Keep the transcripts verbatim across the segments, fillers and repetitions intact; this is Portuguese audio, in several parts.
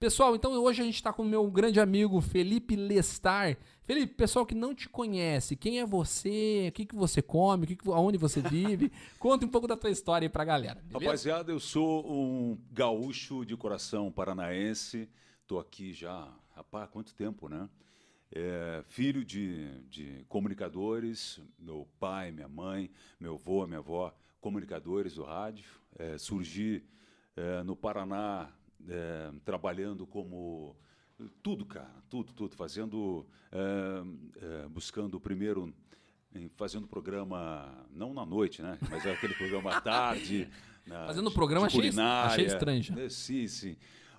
Pessoal, então hoje a gente está com o meu grande amigo Felipe Lestar. Felipe, pessoal que não te conhece, quem é você? O que, que você come? O que que, aonde você vive? Conta um pouco da tua história aí pra galera. Beleza? Rapaziada, eu sou um gaúcho de coração paranaense. Tô aqui já, rapaz, há quanto tempo, né? É, filho de, de comunicadores, meu pai, minha mãe, meu avô, minha avó, comunicadores do rádio. É, surgi é, no Paraná é, trabalhando como tudo, cara, tudo, tudo, fazendo, é, é, buscando primeiro, em- fazendo programa, não na noite, né? Mas é aquele programa à tarde, na, Fazendo o de, programa de achei, culinária. achei estranho já. É, sim, sim.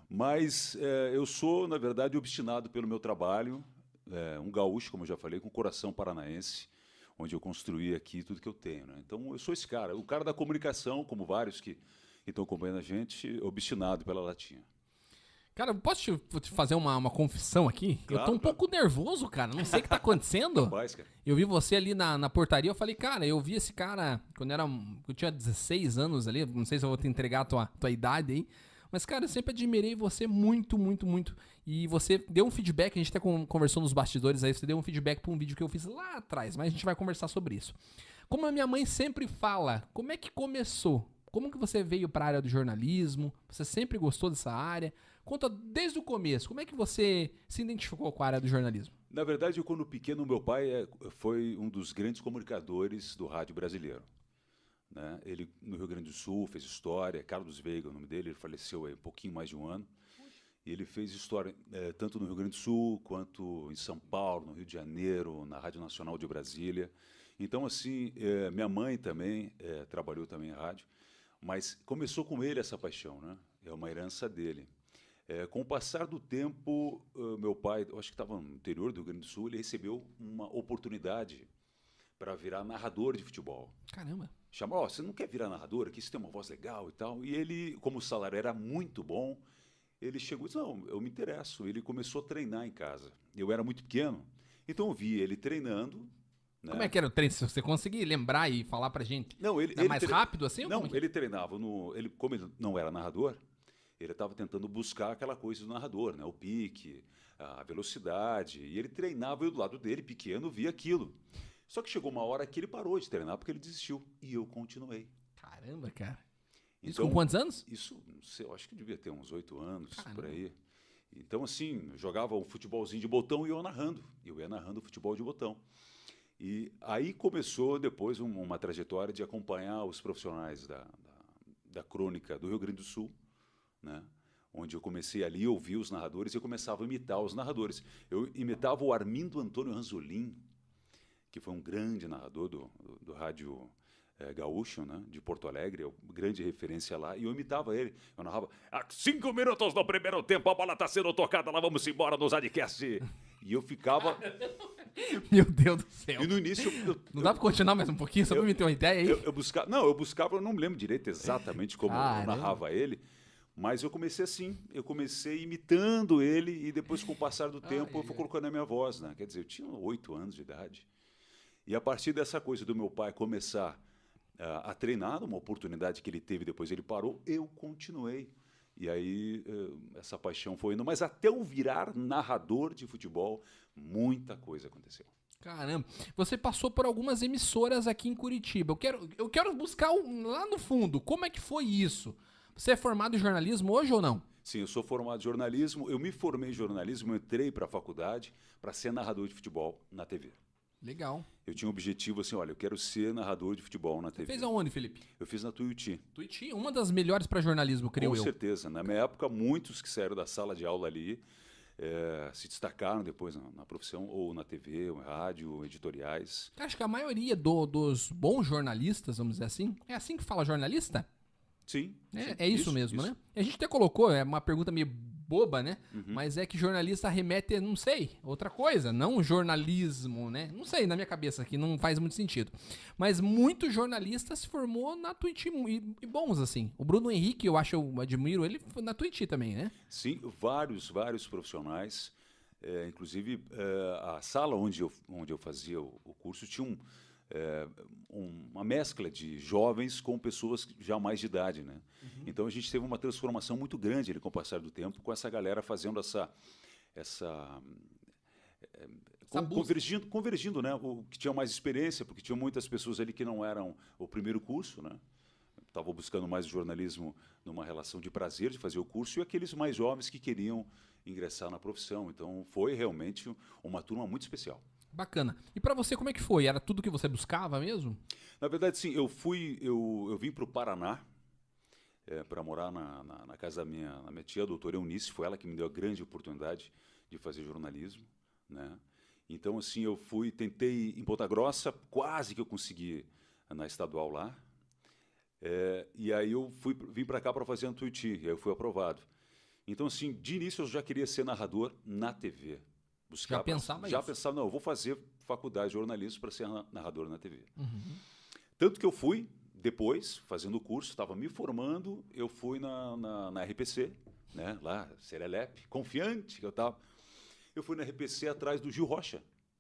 Mas é, eu sou, na verdade, obstinado pelo meu trabalho, é, um gaúcho, como eu já falei, com coração paranaense, onde eu construí aqui tudo que eu tenho, né? Então, eu sou esse cara, o cara da comunicação, como vários que que estão acompanhando a gente, obstinado pela latinha. Cara, posso te, te fazer uma, uma confissão aqui? Eu tô Claro, um claro. pouco nervoso, cara. Não sei o que tá acontecendo. Capaz, cara. Eu vi você ali na, na portaria, eu falei, cara, eu vi esse cara quando era, eu tinha dezesseis anos ali, não sei se eu vou te entregar a tua, tua idade aí, mas, cara, eu sempre admirei você muito, muito, muito. E você deu um feedback, a gente até con- conversou nos bastidores aí, você deu um feedback pra um vídeo que eu fiz lá atrás, mas a gente vai conversar sobre isso. Como a minha mãe sempre fala, como é que começou? Como que você veio pra área do jornalismo? Você sempre gostou dessa área? Conta desde o começo, como é que você se identificou com a área do jornalismo? Na verdade, eu, quando pequeno, meu pai é, foi um dos grandes comunicadores do rádio brasileiro, né? Ele, no Rio Grande do Sul, fez história. Carlos Veiga, o nome dele, ele faleceu há um pouquinho mais de um ano. E ele fez história eh, tanto no Rio Grande do Sul, quanto em São Paulo, no Rio de Janeiro, na Rádio Nacional de Brasília. Então, assim, eh, minha mãe também eh, trabalhou também em rádio, mas começou com ele essa paixão, né? É uma herança dele. Eh, com o passar do tempo, eh, meu pai, eu acho que estava no interior do Rio Grande do Sul, ele recebeu uma oportunidade para virar narrador de futebol. Caramba. Chamou, ó, você não quer virar narrador aqui? Você tem uma voz legal e tal. E ele, como o salário era muito bom, ele chegou e disse, não, eu me interesso. Ele começou a treinar em casa. Eu era muito pequeno, então eu vi ele treinando, Como é né? que era o treino? Se você conseguir lembrar e falar pra gente. Não, ele, É ele mais tre- rápido assim? Ou não, como é que... ele treinava no, ele, como ele não era narrador, ele estava tentando buscar aquela coisa do narrador, né? O pique, a velocidade. E ele treinava, eu do lado dele, pequeno, via aquilo. Só que chegou uma hora que ele parou de treinar porque ele desistiu. E eu continuei. Caramba, cara. Isso com Então, quantos anos? isso, não sei, eu acho que devia ter uns oito anos, por Caramba. aí. Então, assim, eu jogava um futebolzinho de botão e eu narrando. Eu ia narrando futebol de botão. E aí começou depois um- uma trajetória de acompanhar os profissionais da, da, da crônica do Rio Grande do Sul, né? Onde eu comecei ali a ouvir os narradores e eu começava a imitar os narradores. Eu imitava o Armindo Antônio Ranzolin, que foi um grande narrador do, do, do rádio eh, gaúcho, né, de Porto Alegre, é uma grande referência lá, e eu imitava ele. Eu narrava, há cinco minutos do primeiro tempo, a bola está sendo tocada, lá vamos embora no Zadcast. E eu ficava... Meu Deus do céu. E no início... Eu, Não dá pra continuar mais um pouquinho, só pra eu- me ter uma ideia aí? eu, eu buscava... Não, eu buscava, eu não me lembro direito exatamente como eu Caramba. narrava ele, mas eu comecei assim, eu comecei imitando ele, e depois, com o passar do tempo, Ai, eu fui ai. colocando a minha voz, né? Quer dizer, eu tinha oito anos de idade. E a partir dessa coisa do meu pai começar ah, a treinar, uma oportunidade que ele teve, depois ele parou, eu continuei. E aí eh, essa paixão foi indo. Mas até eu virar narrador de futebol, muita coisa aconteceu. Caramba. Você passou por algumas emissoras aqui em Curitiba. Eu quero, eu quero buscar um- lá no fundo. Como é que foi isso? Você é formado em jornalismo hoje ou não? Sim, eu sou formado em jornalismo, eu me formei em jornalismo, eu entrei para a faculdade para ser narrador de futebol na T V. Legal. Eu tinha um objetivo assim, olha, eu quero ser narrador de futebol na T V. Fez aonde, Felipe? Eu fiz na Tuiuti. Tuiuti, uma das melhores pra jornalismo, creio Com eu. certeza. Na minha época, muitos que saíram da sala de aula ali eh, se destacaram depois na, na profissão, ou na T V, ou rádio, editoriais. Acho que a maioria do- dos bons jornalistas, vamos dizer assim, é assim que fala jornalista? Sim. É, sim, é isso, mesmo, né? A gente até colocou, é uma pergunta meio boba, né? Mas é que jornalista remete, a, não sei, outra coisa, não jornalismo, né? Não sei, na minha cabeça aqui não faz muito sentido. Mas muito jornalista se formou na Tuiuti, e, e bons, assim. O Bruno Henrique, eu acho, eu admiro ele, foi na Tuiuti também, né? Sim, vários, vários profissionais. Eh, inclusive, eh, a sala onde eu, onde eu fazia o, o curso tinha um, é, um, uma mescla de jovens com pessoas já mais de idade, né? Uhum. Então a gente teve uma transformação muito grande ali, com o passar do tempo, com essa galera fazendo essa... essa é, con convergindo, convergindo, né? O que tinha mais experiência, porque tinha muitas pessoas ali que não eram o primeiro curso, né? Estavam buscando mais jornalismo numa relação de prazer de fazer o curso, e aqueles mais jovens que queriam ingressar na profissão. Então foi realmente uma turma muito especial. Bacana. E para você, como é que foi? Era tudo que você buscava mesmo? Na verdade, sim. Eu fui, eu, eu vim para o Paraná é, para morar na, na, na casa da minha, da minha tia, a doutora Eunice. Foi ela que me deu a grande oportunidade de fazer jornalismo, né? Então, assim, eu fui, tentei em Ponta Grossa, quase que eu consegui na estadual lá. É, e aí eu fui, vim para cá para fazer Tuiuti, e aí eu fui aprovado. Então, assim, de início eu já queria ser narrador na T V. Buscar já pensava pra, já isso? Já pensava, não, eu vou fazer faculdade de jornalismo para ser narrador na T V. Uhum. Tanto que eu fui, depois, fazendo o curso, estava me formando, eu fui na, na, na R P C, né, lá, Serelepe, confiante que eu estava. Eu fui na R P C atrás do Gil Rocha,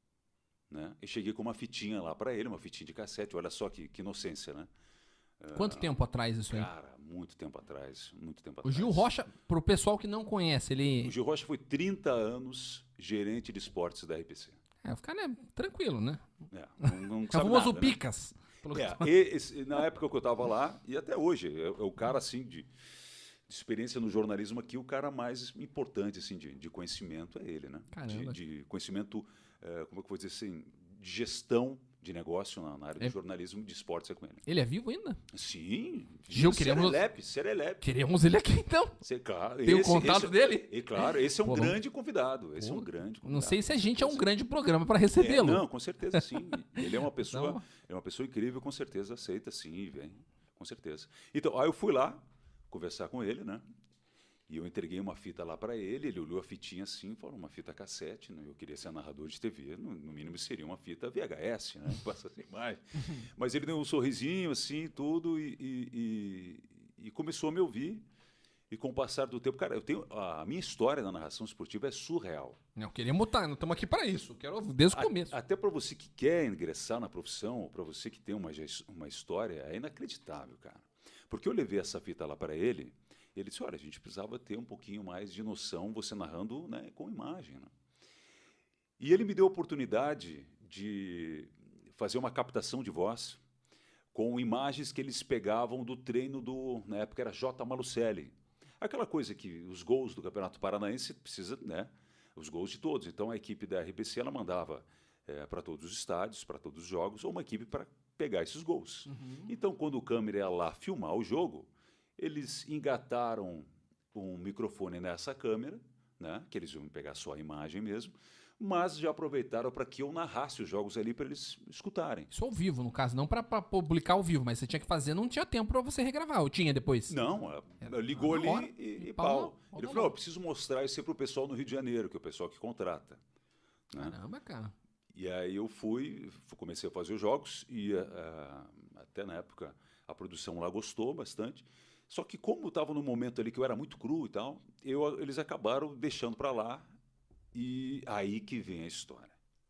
né, e cheguei com uma fitinha lá para ele, uma fitinha de cassete, olha só que, que inocência, né? Quanto uh, tempo atrás isso aí? Cara, muito tempo atrás, muito tempo o atrás. O Gil Rocha, para o pessoal que não conhece, ele... O Gil Rocha foi trinta anos gerente de esportes da R P C. É, o cara é tranquilo, né? É, não, não é o famoso nada, Picas. Né? É, esse, na época que eu estava lá, e até hoje, é, é o cara assim de, de experiência no jornalismo aqui, o cara mais importante assim, de, de conhecimento é ele, né? Caramba. De, de conhecimento, é, como é que eu vou dizer assim, de gestão de negócio na, na área é. do jornalismo de esportes é com ele. Ele é vivo ainda? Sim. Gil, queremos... Serelepe, Serelepe. Queremos ele aqui, então. Cê, claro, Tem esse, o contato esse, dele? E, claro, esse é um Pô, grande convidado. Esse Pô, é um grande convidado. Não sei se a gente é um grande programa para recebê-lo. É, não, com certeza sim. Ele é uma pessoa, então... é uma pessoa incrível, com certeza aceita sim e vem. Com certeza. Então, aí eu fui lá conversar com ele, né? E eu entreguei uma fita lá para ele, ele olhou a fitinha assim, falou, uma fita cassete, né? Eu queria ser narrador de T V, no, no mínimo seria uma fita V H S, né? Passa assim mais. Mas ele deu um sorrisinho assim, tudo, e, e, e, e começou a me ouvir. E com o passar do tempo, cara, eu tenho, a minha história na narração esportiva é surreal. Não, queremos botar, não estamos aqui para isso, quero desde o começo. A, até para você que quer ingressar na profissão, ou para você que tem uma, uma história, é inacreditável, cara. Porque eu levei essa fita lá para ele, ele disse, olha, a gente precisava ter um pouquinho mais de noção, você narrando, né, com imagem. Né? E ele me deu a oportunidade de fazer uma captação de voz com imagens que eles pegavam do treino do, na época era J. Malucelli. Aquela coisa que os gols do Campeonato Paranaense precisa, né, os gols de todos. Então a equipe da R B C ela mandava é, para todos os estádios, para todos os jogos, ou uma equipe para pegar esses gols. Uhum. Então quando o câmera ia lá filmar o jogo, eles engataram um microfone nessa câmera, né, que eles iam pegar só a imagem mesmo, mas já aproveitaram para que eu narrasse os jogos ali para eles escutarem. Isso ao vivo, no caso, não para publicar ao vivo, mas você tinha que fazer, não tinha tempo para você regravar, ou tinha depois? Não, é, ligou ali hora, e, e pau. pau. Ele falou, eu preciso mostrar isso para o pessoal no Rio de Janeiro, que é o pessoal que contrata. Né? Caramba, cara. E aí eu fui, comecei a fazer os jogos e uh, até na época a produção lá gostou bastante. Só que como estava no momento ali que eu era muito cru e tal, eu, eles acabaram deixando para lá e aí que vem a história.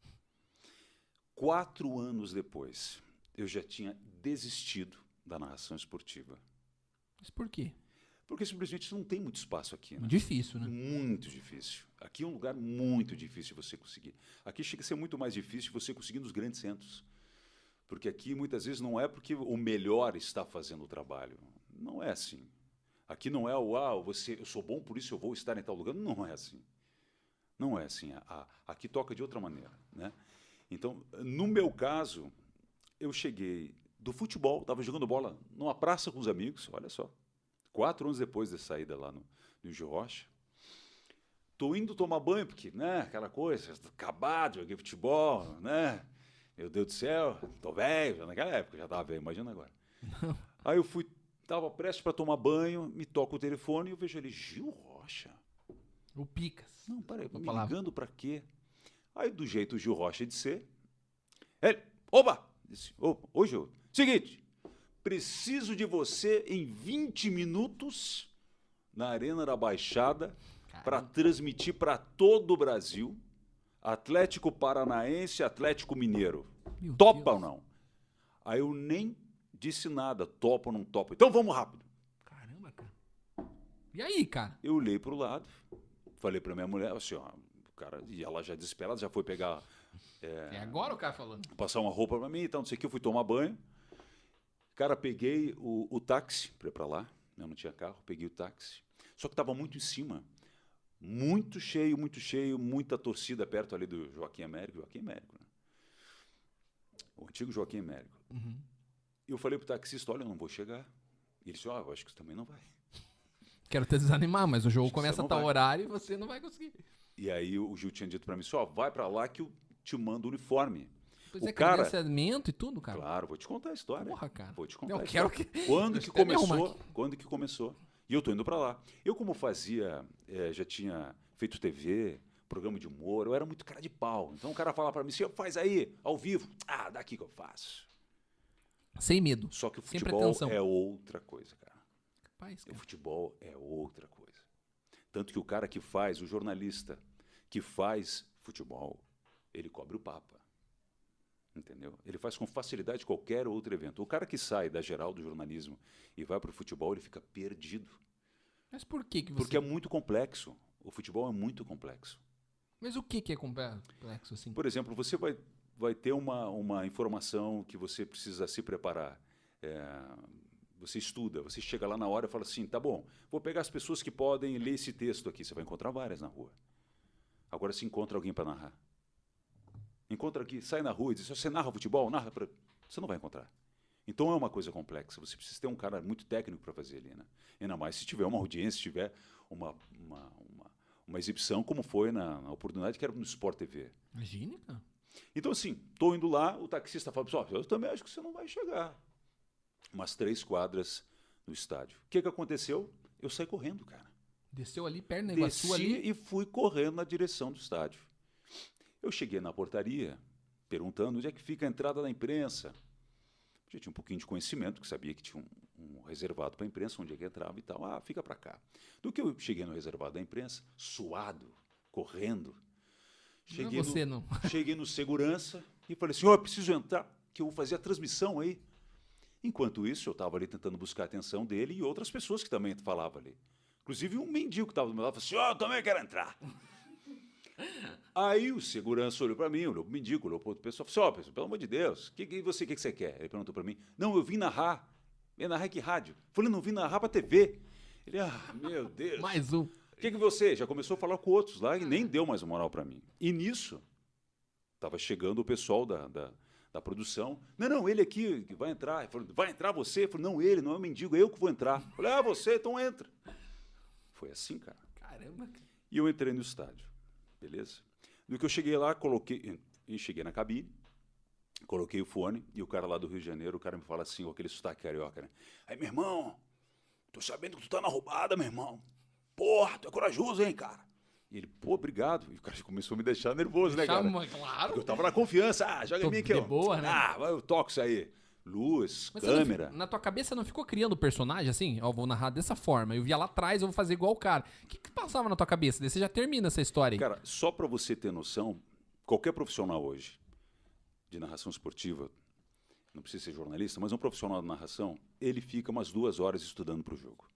Quatro anos depois, eu já tinha desistido da narração esportiva. Mas por quê? Porque simplesmente não tem muito espaço aqui. Né? Difícil, né? Muito difícil. Aqui é um lugar muito difícil de você conseguir. Aqui chega a ser muito mais difícil você conseguir nos grandes centros. Porque aqui, muitas vezes, não é porque o melhor está fazendo o trabalho. Não é assim. Aqui não é o, ah, você, eu sou bom, por isso eu vou estar em tal lugar. Não é assim. Não é assim. A, a, aqui toca de outra maneira. Né? Então, no meu caso, eu cheguei do futebol, estava jogando bola numa praça com os amigos, olha só. Quatro anos depois da saída lá no, no Gil Rocha. Estou indo tomar banho, porque, né, aquela coisa, acabado, joguei futebol, né? Meu Deus do céu, tô velho, naquela época já estava velho, imagina agora. Aí eu fui, estava prestes para tomar banho, me toca o telefone e eu vejo ali, Gil Rocha. O Picas. Não, peraí, me ligando para quê? Aí, do jeito o Gil Rocha de ser, ele, oba! Disse, opa, ô Gil, seguinte, preciso de você em vinte minutos na Arena da Baixada para transmitir para todo o Brasil Atlético Paranaense, Atlético Mineiro. Meu Topa Deus. Ou não? Aí eu nem disse nada, topo ou não topo. Então vamos rápido. Caramba, cara. E aí, cara? Eu olhei pro lado, falei pra minha mulher, assim, ó, o cara, e ela já desesperada, já foi pegar... É, é agora o cara falando. Passar uma roupa pra mim, então não sei o que, eu fui tomar banho. Cara, peguei o, o táxi pra ir pra lá, eu não tinha carro, peguei o táxi. Só que tava muito em cima, muito cheio, muito cheio, muita torcida perto ali do Joaquim Américo, Joaquim Américo, né? O antigo Joaquim Américo. Uhum. E eu falei pro taxista, olha, eu não vou chegar. E ele disse, ó, oh, eu acho que você também não vai. Quero te desanimar, mas o jogo Acho que começa você a não tal vai. horário e você não vai conseguir. E aí o Gil tinha dito pra mim, só vai pra lá que eu te mando o uniforme. Pois O é, cara- credenciamento e tudo, cara. Claro, vou te contar a história. Porra, cara. Vou te contar Eu a quero história. que... Quando Deixa que eu até me arrumar começou? aqui. Quando que começou? E eu tô indo pra lá. Eu como fazia, eh, já tinha feito T V, programa de humor, eu era muito cara de pau. Então o cara falava pra mim, senhor, faz aí, ao vivo. Ah, daqui que eu faço. Sem medo. Só que o Sem futebol pretensão. é outra coisa, cara. Rapaz, O cara. futebol é outra coisa. Tanto que o cara que faz, o jornalista que faz futebol, ele cobre o Papa. Entendeu? Ele faz com facilidade qualquer outro evento. O cara que sai da geral do jornalismo e vai para o futebol, ele fica perdido. Mas por que que você... Porque é muito complexo. O futebol é muito complexo. Mas o que que é complexo, assim? Por exemplo, você vai, vai ter uma, uma informação que você precisa se preparar. É, você estuda, você chega lá na hora e fala assim, tá bom, vou pegar as pessoas que podem ler esse texto aqui. Você vai encontrar várias na rua. Agora se encontra alguém para narrar. Encontra aqui, sai na rua e diz, você narra futebol? Narra pra... Você não vai encontrar. Então é uma coisa complexa. Você precisa ter um cara muito técnico para fazer ali, né? Ainda mais se tiver uma audiência, se tiver uma, uma, uma, uma exibição, como foi na, na oportunidade que era no Sport T V. Imagine, cara. Então, assim, estou indo lá, o taxista fala, pessoal, eu também acho que você não vai chegar. Umas três quadras no estádio. O que, que aconteceu? Eu saí correndo, cara. Desceu ali, perto da Iguaçu Desci ali. e fui correndo na direção do estádio. Eu cheguei na portaria, perguntando onde é que fica a entrada da imprensa. Já tinha um pouquinho de conhecimento, que sabia que tinha um, um reservado para a imprensa, onde é que entrava e tal. Ah, fica para cá. Do que eu cheguei no reservado da imprensa, suado, correndo. Cheguei, Não é você, no, não. cheguei no segurança e falei, senhor, eu preciso entrar, que eu vou fazer a transmissão aí. Enquanto isso, eu estava ali tentando buscar a atenção dele e outras pessoas que também falavam ali. Inclusive um mendigo que estava do meu lado falou, senhor, eu também quero entrar. Aí o segurança olhou para mim, olhou para o mendigo, olhou para outra pessoa, falou assim, ó, pelo amor de Deus, o que, que, você, que, que você quer? Ele perguntou para mim, não, eu vim narrar. Eu narrar que rádio? Eu falei, não, vim narrar para T V. Ele, ah, meu Deus. Mais um. O que, que você? Já começou a falar com outros lá e nem deu mais moral para mim. E nisso, estava chegando o pessoal da, da, da produção. Não, não, ele aqui que vai entrar. Ele falou, vai entrar você? Eu falei, não, ele, não é o mendigo, é eu que vou entrar. Eu falei, ah, você, então entra. Foi assim, cara. Caramba. E eu entrei no estádio, beleza? No que eu cheguei lá, coloquei, e cheguei na cabine, coloquei o fone, e o cara lá do Rio de Janeiro, o cara me fala assim, com aquele sotaque carioca, né? Aí, meu irmão, tô sabendo que tu tá na roubada, meu irmão. Porra, tu é corajoso, hein, cara? E ele, pô, obrigado. E o cara começou a me deixar nervoso, né, cara? Chama, claro. Porque eu tava na confiança. Ah, joga Tô em mim aqui, de ó. boa, né? Ah, vai, eu toco isso aí. Luz, Mas você não câmera. fi- na tua cabeça não ficou criando o personagem assim? Ó, eu vou narrar dessa forma. Eu via lá atrás, eu vou fazer igual o cara. O que, que passava na tua cabeça? Daí você já termina essa história aí. Cara, só para você ter noção, qualquer profissional hoje de narração esportiva, não precisa ser jornalista, mas um profissional de narração, ele fica umas duas horas estudando para o jogo.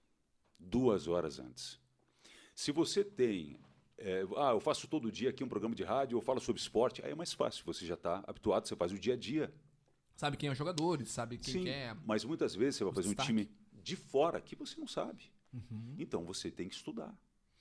Duas horas antes. Se você tem... É, ah, eu faço todo dia aqui um programa de rádio, eu falo sobre esporte, aí é mais fácil, você já está habituado, você faz o dia a dia. Sabe quem é os jogadores, sabe quem Sim, que é. mas muitas vezes você vai o fazer um destaque. time de fora que você não sabe. Uhum. Então você tem que estudar.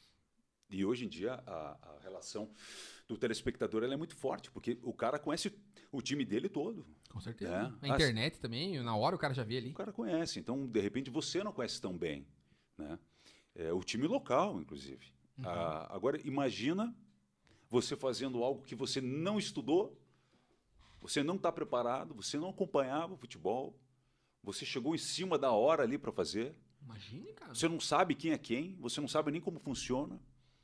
E hoje em dia a, a relação do telespectador ela é muito forte, porque o cara conhece o time dele todo. Com certeza. É. Na internet também, na hora o cara já vê ali. O cara conhece, então de repente você não conhece tão bem, né? É, o time local, inclusive. Uhum. Ah, agora imagina você fazendo algo que você não estudou, você não está preparado, você não acompanhava o futebol, você chegou em cima da hora ali para fazer. Imagine, cara. Você não sabe quem é quem, você não sabe nem como funciona.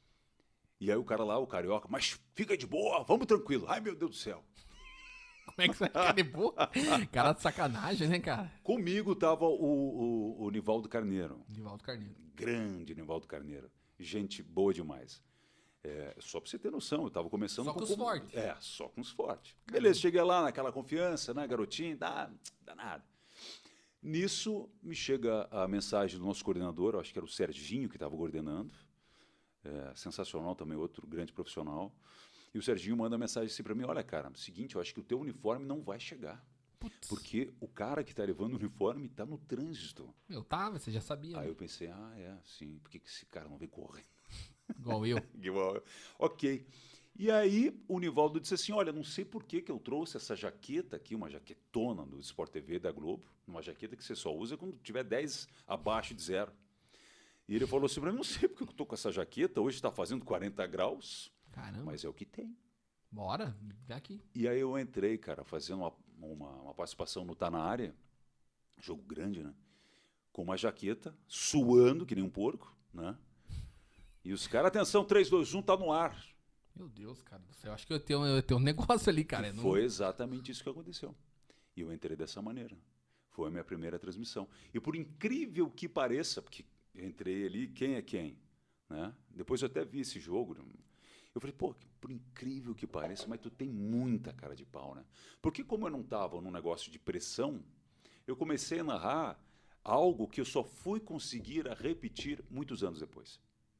E aí o cara lá, o carioca, mas fica de boa, vamos tranquilo. Ai, meu Deus do céu. Como é que você vai ficar de boa? Cara de sacanagem, né, cara? Comigo estava o, o, o Nivaldo Carneiro. Nivaldo Carneiro. Grande Nivaldo Carneiro. Gente boa demais. É, só para você ter noção, eu estava começando Só com os fortes. É, só com os fortes. Beleza, cheguei lá naquela confiança, né, garotinho, dá, dá nada. Nisso, me chega a mensagem do nosso coordenador, eu acho que era o Serginho que estava coordenando, é, sensacional também, outro grande profissional. E o Serginho manda mensagem assim para mim, olha, cara, seguinte, eu acho que o teu uniforme não vai chegar. Putz. Porque o cara que está levando o uniforme está no trânsito. Eu tava, você já sabia. Aí né? eu pensei, ah, é, sim, por que que esse cara não vem correndo? Igual eu. Igual eu. Ok. E aí o Nivaldo disse assim, olha, não sei por que que eu trouxe essa jaqueta aqui, uma jaquetona do Sport T V da Globo, uma jaqueta que você só usa quando tiver dez abaixo de zero. E ele falou assim para mim, não sei porque eu estou com essa jaqueta, hoje está fazendo quarenta graus, Caramba. mas é o que tem. Bora, vem aqui. E aí eu entrei, cara, fazendo uma, uma, uma participação no Tá Na Área, jogo grande, né? Com uma jaqueta, suando que nem um porco, né? E os caras, atenção, três, dois, um, tá no ar. Meu Deus, cara do céu. Acho que eu tenho, eu tenho um negócio ali, cara. E não... foi exatamente isso que aconteceu. E eu entrei dessa maneira. Foi a minha primeira transmissão. E por incrível que pareça, porque eu entrei ali, quem é quem? Né? Depois eu até vi esse jogo. Eu falei, pô, por incrível que pareça, mas tu tem muita cara de pau, né? Porque como eu não estava num negócio de pressão, eu comecei a narrar algo que eu só fui conseguir a repetir muitos anos depois.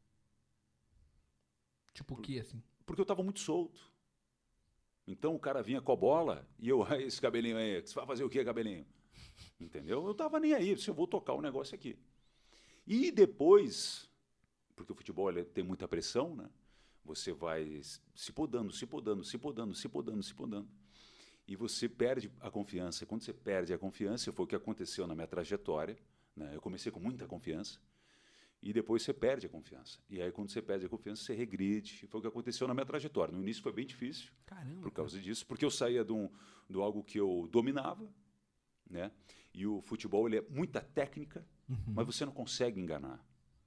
Tipo o que, assim? Porque eu estava muito solto. Então o cara vinha com a bola e eu, esse cabelinho aí, você vai fazer o quê, cabelinho? Entendeu? Eu estava nem aí, eu vou tocar o negócio aqui. E depois, porque o futebol ele tem muita pressão, né? Você vai se podando, se podando, se podando, se podando, se podando. E você perde a confiança. Quando você perde a confiança, foi o que aconteceu na minha trajetória, né? Eu comecei com muita confiança. E depois você perde a confiança. E aí, quando você perde a confiança, você regride. E foi o que aconteceu na minha trajetória. No início foi bem difícil. Caramba, por causa cara. disso, porque eu saía de, um, de algo que eu dominava, né? E o futebol ele é muita técnica, Uhum. mas você não consegue enganar.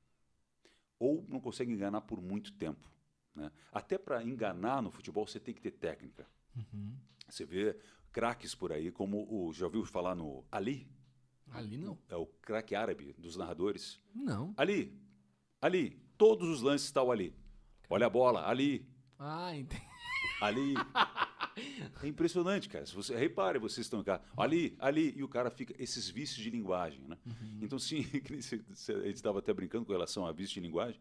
Ou não consegue enganar por muito tempo. Né? Até para enganar no futebol, você tem que ter técnica. Uhum. Você vê craques por aí, como o. Já ouviu falar no Ali? Ali não. É o craque árabe dos narradores. Não. Ali, ali, todos os lances estão ali. Olha a bola, ali, Ah, entendi. ali. É impressionante, cara. Se você repare, vocês estão cá, ali, ali, e o cara fica esses vícios de linguagem, né? Uhum. Então, sim, que nem se- se- a gente estava até brincando com relação a vício de linguagem.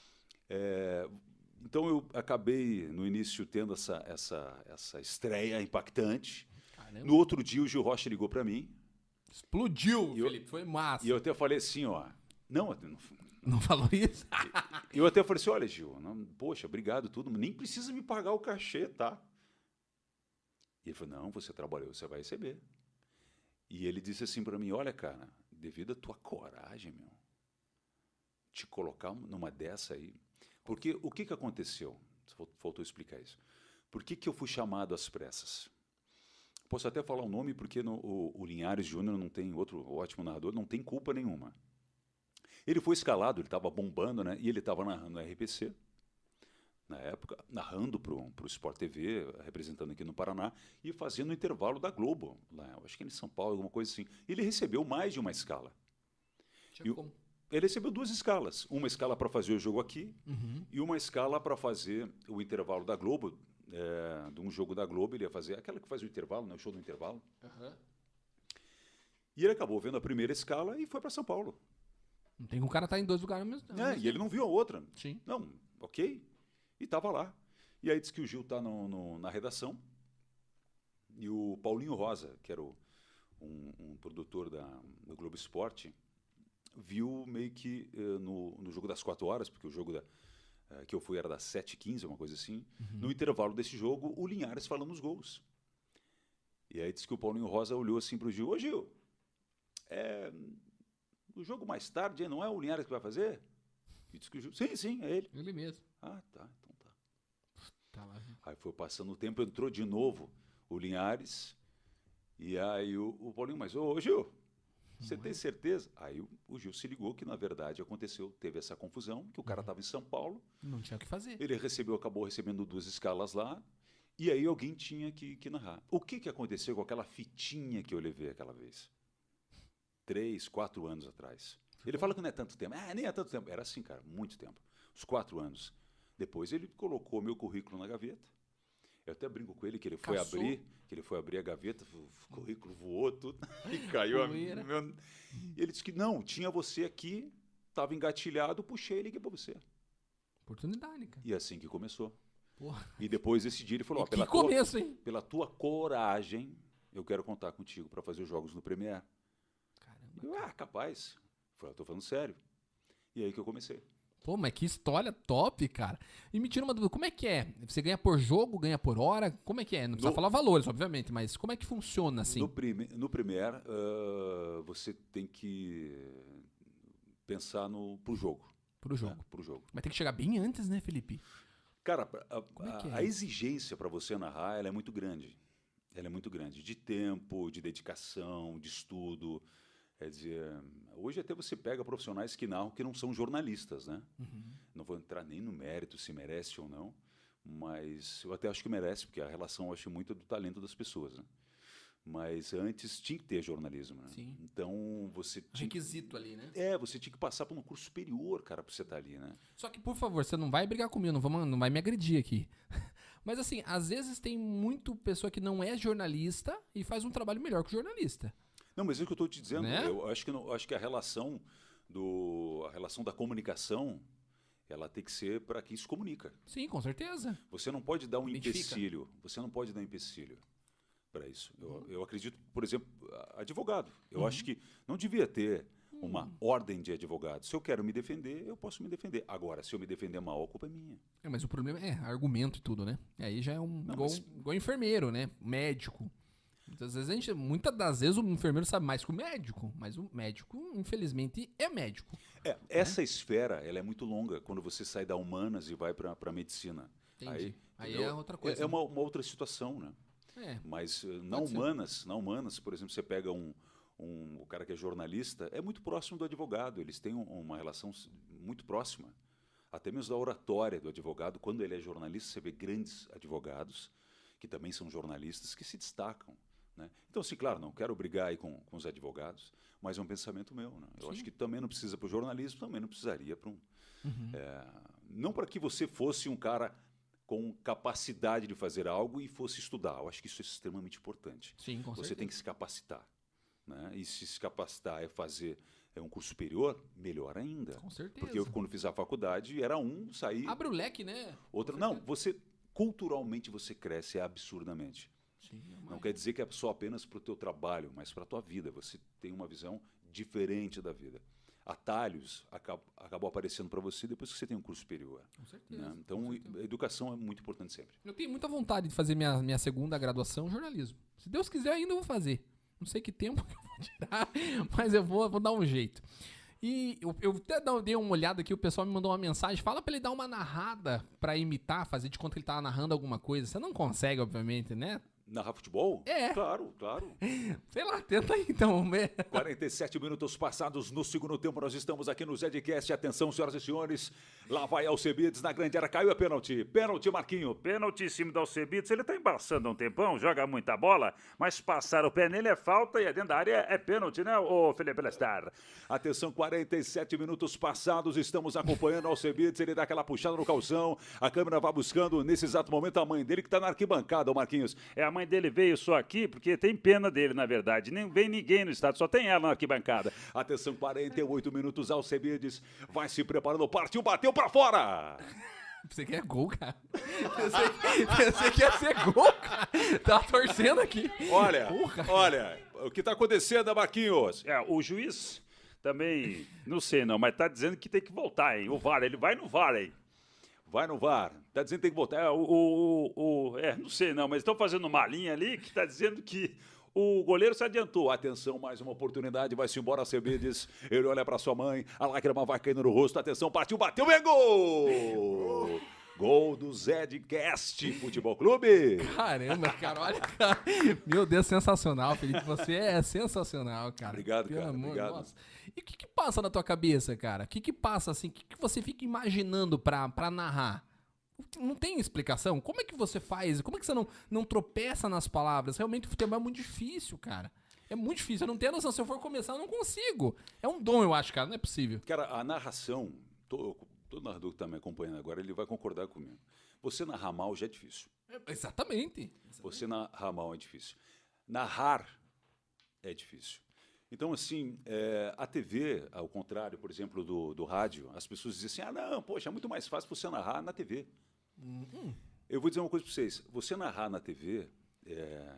É, então eu acabei no início tendo essa essa essa estreia impactante. Caramba. No outro dia o Gil Rocha ligou para mim Explodiu, E eu- Felipe. Foi massa. e eu até falei assim, ó, não, eu não- Não falou isso? eu até falei assim, olha, Gil, não, poxa, obrigado tudo, nem precisa me pagar o cachê, tá? E ele falou, não, você trabalhou, você vai receber. E ele disse assim para mim, olha, cara, devido à tua coragem, meu, te colocar numa dessa aí, porque o que que aconteceu? Fal- Faltou explicar isso. Por que que eu fui chamado às pressas? Posso até falar o nome porque no, o, o Linhares Júnior não tem outro ótimo narrador, não tem culpa nenhuma. Ele foi escalado, ele estava bombando, né? E ele estava narrando no R P C, na época, narrando para o Sport T V, representando aqui no Paraná, e fazendo o intervalo da Globo, lá, eu acho que em São Paulo, alguma coisa assim. Ele recebeu mais de uma escala. Tinha E o- como. Ele recebeu duas escalas. Uma escala para fazer o jogo aqui Uhum. e uma escala para fazer o intervalo da Globo, é, de um jogo da Globo, ele ia fazer aquela que faz o intervalo, né, o show do intervalo. Uhum. E ele acabou vendo a primeira escala e foi para São Paulo. Não tem como o cara tá em dois lugares ao mesmo tempo. É, e ele não viu a outra. Sim. Não, ok. E estava lá. E aí diz que o Gil está na redação e o Paulinho Rosa, que era o, um, um produtor da, do Globo Esporte, viu meio que eh, no, no jogo das quatro horas, porque o jogo da, eh, que eu fui era das sete e quinze, uma coisa assim, Uhum. no intervalo desse jogo, o Linhares falando os gols. E aí diz que o Paulinho Rosa olhou assim para o Gil, ô Gil, é, o jogo mais tarde não é o Linhares que vai fazer? E diz que o Gil, sim, sim, é ele. Ele mesmo. Ah, tá, então tá. Tá lá. Aí foi passando o tempo, entrou de novo o Linhares, e aí o, o Paulinho, mas ô, ô Gil, você Não tem é? certeza? Aí o, o Gil se ligou que, na verdade, aconteceu, teve essa confusão, que o cara estava em São Paulo, Não tinha o que fazer. ele recebeu, acabou recebendo duas escalas lá, e aí alguém tinha que, que narrar. O que, que aconteceu com aquela fitinha que eu levei aquela vez? Três, quatro anos atrás. Ele fala que não é tanto tempo. Ah, nem é tanto tempo. Era assim, cara, muito tempo. Uns quatro anos. Depois ele colocou meu currículo na gaveta. Eu até brinco com ele que ele foi Caçou. abrir, que ele foi abrir a gaveta, o currículo voou tudo e caiu. A, meu, e ele disse que não, tinha você aqui, estava engatilhado, puxei e liguei para você. Oportunidade, cara. E assim que começou. Porra. E depois desse dia ele falou, ó, Que pela, começo, tua, hein? pela tua coragem, eu quero contar contigo para fazer os jogos no Premiere. Caramba. Eu, ah, capaz. Eu falei, tô falando sério. E aí que eu comecei. Pô, mas que história top, cara. E me tira uma dúvida, como é que é? Você ganha por jogo, ganha por hora? Como é que é? Não precisa No- falar valores, obviamente, mas como é que funciona assim? No, prime, no Premiere, ah, você tem que pensar no, pro jogo. Pro jogo. Né? Pro jogo. Mas tem que chegar bem antes, né, Felipe? Cara, a, Como é a- que é a isso? exigência para você narrar ela é muito grande. Ela é muito grande. De tempo, de dedicação, de estudo. Quer dizer, hoje até você pega profissionais que narram que não são jornalistas, né? Uhum. Não vou entrar nem no mérito se merece ou não, mas eu até acho que merece, porque a relação eu acho muito do talento das pessoas, né? Mas antes tinha que ter jornalismo, né? Sim. Então você tinha que, Requisito ali, né? é, você tinha que passar por um curso superior, cara, para você estar ali, né? Só que, por favor, você não vai brigar comigo, não, vamos, não vai me agredir aqui. Mas assim, às vezes tem muito pessoa que não é jornalista e faz um trabalho melhor que o jornalista. Não, mas é o que eu estou te dizendo. Né? Eu acho que, não, acho que a relação do, a relação da comunicação, ela tem que ser para quem se comunica. Sim, com certeza. Você não pode dar um Identifica. empecilho. Você não pode dar um empecilho para isso. Eu, Uhum. eu acredito, por exemplo, a- advogado. Eu acho que não devia ter uma Hum. ordem de advogado. Se eu quero me defender, eu posso me defender. Agora, se eu me defender mal, a culpa é minha. É, mas o problema é argumento e tudo, né? E aí já é um. Não, igual, mas- igual enfermeiro, né? Médico. Muitas vezes, a gente, muitas das vezes o enfermeiro sabe mais que o médico, mas o médico, infelizmente, é médico. É, essa esfera, ela é muito longa quando você sai da humanas e vai para a medicina. Entendi. Aí entendeu? é outra coisa, É, é né? uma, uma outra situação, né? É. Mas eh, na Pode ser. humanas, na humanas, por exemplo, você pega um, um o cara que é jornalista, é muito próximo do advogado. Eles têm um- uma relação s- muito próxima. Até mesmo da oratória do advogado. Quando ele é jornalista, você vê grandes advogados que também são jornalistas que se destacam. Né? Então, assim, claro, não quero brigar aí com, com os advogados, mas é um pensamento meu. Né? Eu Sim. acho que também não precisa para o jornalismo, também não precisaria para um. Uhum. É, não para que você fosse um cara com capacidade de fazer algo e fosse estudar. Eu acho que isso é extremamente importante. Sim, com Você certeza. tem que se capacitar. Né? E se se capacitar é fazer é um curso superior, melhor ainda. Com certeza. Porque eu, quando fiz a faculdade, era um, sair, Abre o leque, né? outro. Com Não, certeza. você, culturalmente, você cresce absurdamente. Sim, é Não uma- quer dizer que é só apenas para o teu trabalho, mas para a tua vida. Você tem uma visão diferente da vida. Atalhos acabam, acabam aparecendo para você depois que você tem um curso superior. Com certeza. Né? com Então, certeza. a educação é muito importante sempre. Eu tenho muita vontade de fazer minha, minha segunda graduação em jornalismo. Se Deus quiser, ainda vou fazer. Não sei que tempo que eu vou tirar, mas eu vou, vou dar um jeito. E eu, eu até dá- dei uma olhada aqui, o pessoal me mandou uma mensagem. Fala pra ele dar uma narrada pra imitar, fazer de conta que ele tava narrando alguma coisa. Você não consegue, obviamente, né? Narrar futebol? É. Claro, claro. Sei lá, tenta aí então, vamos ver. quarenta e sete minutos passados no segundo tempo, nós estamos aqui no Zedcast. Atenção, senhoras e senhores. Lá vai Alcebiades na grande área. Caiu a pênalti. Pênalti, Marquinho. Pênalti em cima do Alcebiades, ele tá embaçando há um tempão, joga muita bola, mas passar o pé nele é falta e é dentro da área é pênalti, né, ô Felipe Lestar? Atenção, quarenta e sete minutos passados. Estamos acompanhando Alcebiades. Ele dá aquela puxada no calção. A câmera vai buscando nesse exato momento a mãe dele que está na arquibancada, ô Marquinhos. É, a mãe dele veio só aqui porque tem pena dele, na verdade. Nem vem ninguém no estádio, só tem ela na arquibancada. Atenção, quarenta e oito minutos. Alcebiades vai se preparando. Partiu, bateu pra fora. Você quer gol, cara? Pensei, pensei que ia ser gol, cara. Tava torcendo aqui. Olha, Porra. olha, o que está acontecendo, Marquinhos? É, o juiz também, não sei não, mas tá dizendo que tem que voltar, hein? O V A R, ele vai no V A R, hein? Vai no V A R. Tá dizendo que tem que voltar. É, o, o, o- é, não sei não, mas estão fazendo uma linha ali que tá dizendo que o goleiro se adiantou. Atenção, mais uma oportunidade. Vai-se embora, Alcebiades. Ele olha para sua mãe. A lágrima vai caindo no rosto. Atenção, partiu, bateu, é gol! Gol do Zedcast Futebol Clube. Caramba, cara, olha, cara. Meu Deus, sensacional, Felipe. Você é sensacional, cara. Obrigado, Pelo cara, amor, obrigado. nossa. E o que que passa na tua cabeça, cara? O que que passa, assim, o que que você fica imaginando pra, pra narrar? Não tem explicação? Como é que você faz? Como é que você não, não tropeça nas palavras? Realmente o futebol é muito difícil, cara. É muito difícil. Eu não tenho noção. Se eu for começar, eu não consigo. É um dom, eu acho, cara. Não é possível. Cara, a narração, to- todo narrador que está me acompanhando agora, ele vai concordar comigo. Você narrar mal já é difícil. É, exatamente. exatamente. Você narrar mal é difícil. Narrar é difícil. Então, assim, é, a T V, ao contrário, por exemplo, do, do rádio, as pessoas dizem assim, ah, não, poxa, é muito mais fácil você narrar na T V. Uhum. Eu vou dizer uma coisa para vocês. Você narrar na T V, é,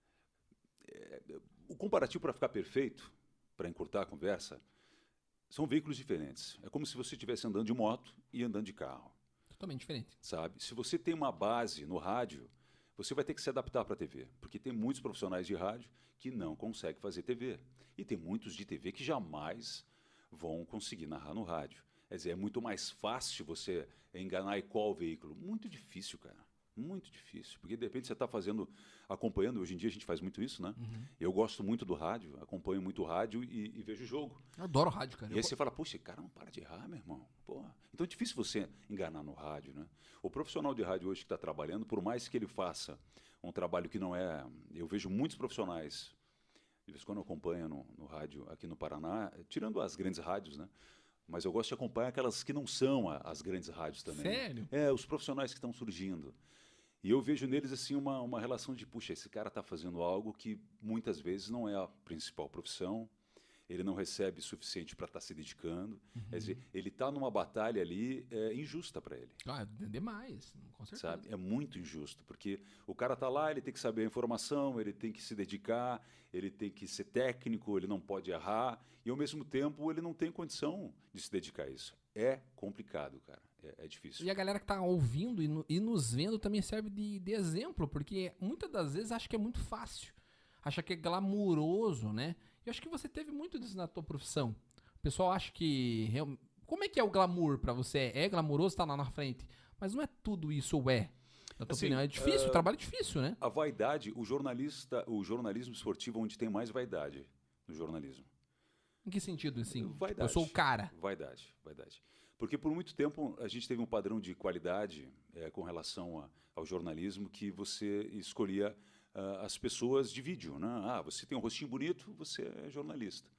é, o comparativo para ficar perfeito, para encurtar a conversa, são veículos diferentes. É como se você estivesse andando de moto e andando de carro. Totalmente diferente. Sabe? Se você tem uma base no rádio, você vai ter que se adaptar para a T V. Porque tem muitos profissionais de rádio que não conseguem fazer T V. E tem muitos de T V que jamais vão conseguir narrar no rádio. Quer dizer, é muito mais fácil você enganar qual veículo. Muito difícil, cara. Muito difícil. Porque, de repente, você está fazendo, acompanhando. Hoje em dia a gente faz muito isso, né? Uhum. Eu gosto muito do rádio, acompanho muito o rádio e, e vejo o jogo. Eu adoro rádio, cara. E aí você fala, poxa, esse cara não para de errar, meu irmão. Porra. Então é difícil você enganar no rádio, né? O profissional de rádio hoje que está trabalhando, por mais que ele faça um trabalho que não é... Eu vejo muitos profissionais, de vez em quando eu acompanho no, no rádio aqui no Paraná, tirando as grandes rádios, né? Mas eu gosto de acompanhar aquelas que não são a, as grandes rádios também. Sério? É, os profissionais que estão surgindo. E eu vejo neles assim uma, uma relação de, puxa, esse cara está fazendo algo que muitas vezes não é a principal profissão, ele não recebe o suficiente para estar tá se dedicando. Uhum. Quer dizer, ele está numa batalha ali é, injusta para ele. Ah, é demais, com certeza. Sabe? É muito injusto, porque o cara está lá, ele tem que saber a informação, ele tem que se dedicar, ele tem que ser técnico, ele não pode errar, e ao mesmo tempo ele não tem condição de se dedicar a isso. É complicado, cara. É, é difícil. E a galera que tá ouvindo e, no, e nos vendo também serve de, de exemplo, porque muitas das vezes acha que é muito fácil, acha que é glamuroso, né? Eu acho que você teve muito disso na tua profissão. O pessoal acha que... Como é que é o glamour pra você? É glamuroso estar lá na frente, mas não é tudo isso, ou é? Na tua assim, opinião, é difícil, uh, o trabalho é difícil, né? A vaidade, o jornalista, o jornalismo esportivo onde tem mais vaidade no jornalismo. Em que sentido, assim? Vaidade. Tipo, eu sou o cara. Vaidade, vaidade. Porque por muito tempo a gente teve um padrão de qualidade é, com relação a, ao jornalismo que você escolhia uh, as pessoas de vídeo, né? Ah, você tem um rostinho bonito, você é jornalista.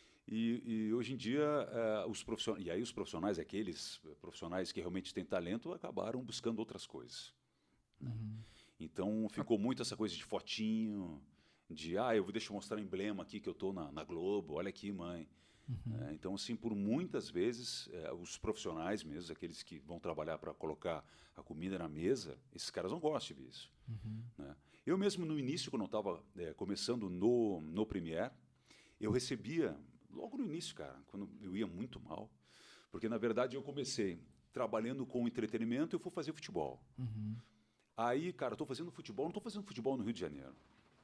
E, e hoje em dia, uh, os profissionais, e aí os profissionais, aqueles profissionais que realmente têm talento, acabaram buscando outras coisas. Né? Uhum. Então ficou muito essa coisa de fotinho, de, ah, eu deixa eu mostrar o emblema aqui que eu estou na, na Globo, olha aqui, mãe. Uhum. É, então, assim, por muitas vezes, é, os profissionais mesmo, aqueles que vão trabalhar para colocar a comida na mesa, esses caras não gostam de ver isso. Uhum. Né? Eu mesmo, no início, quando eu estava é, começando no, no Premiere, eu recebia, logo no início, cara, quando eu ia muito mal, porque, na verdade, eu comecei trabalhando com entretenimento e eu fui fazer futebol. Uhum. Aí, cara, eu estou fazendo futebol, não estou fazendo futebol no Rio de Janeiro.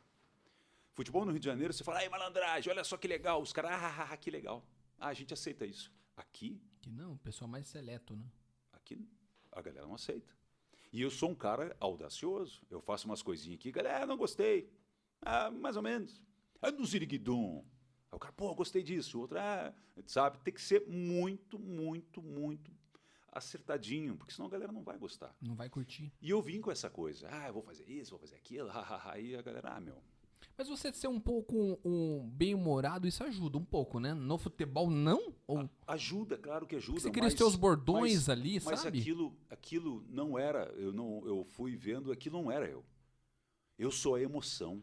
Futebol no Rio de Janeiro, você fala, ai, malandragem, olha só que legal. Os caras, ah, ah, ah, que legal. Ah, a gente aceita isso. Aqui... Que não, o pessoal mais seleto, né? Aqui a galera não aceita. E eu sou um cara audacioso. Eu faço umas coisinhas aqui, galera, não gostei. Ah, mais ou menos. Ah, no Ziriguidum. Aí o cara, pô, gostei disso. O outro, ah, sabe? Tem que ser muito, muito, muito acertadinho, porque senão a galera não vai gostar. Não vai curtir. E eu vim com essa coisa. Ah, eu vou fazer isso, vou fazer aquilo. Aí a galera, ah, meu... Mas você ser um pouco um, um bem-humorado, isso ajuda um pouco, né? No futebol, não? Ou... A, ajuda, claro que ajuda. Você queria ter os bordões mas, ali, mas sabe? Mas aquilo, aquilo não era, eu, não, eu fui vendo, aquilo não era eu. Eu sou a emoção.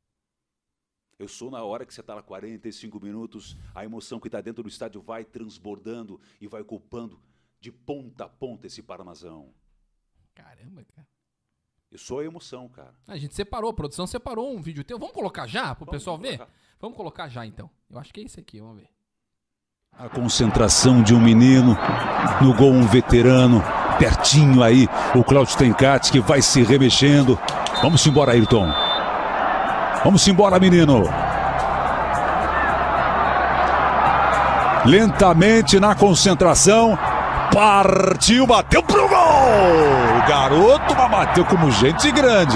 Eu sou na hora que você está lá quarenta e cinco minutos, a emoção que está dentro do estádio vai transbordando e vai ocupando de ponta a ponta esse Paranazão. Caramba, cara. Eu sou a emoção, cara. A gente separou, a produção separou um vídeo teu. Vamos colocar já, pro vamos pessoal colocar. ver? Vamos colocar já, então. Eu acho que é esse aqui, vamos ver. A concentração de um menino, no gol um veterano, pertinho aí, o Cláudio Tencati que vai se remexendo. Vamos embora, Ayrton. Vamos embora, menino. Lentamente na concentração. Partiu, bateu pro gol! O garoto bateu como gente grande.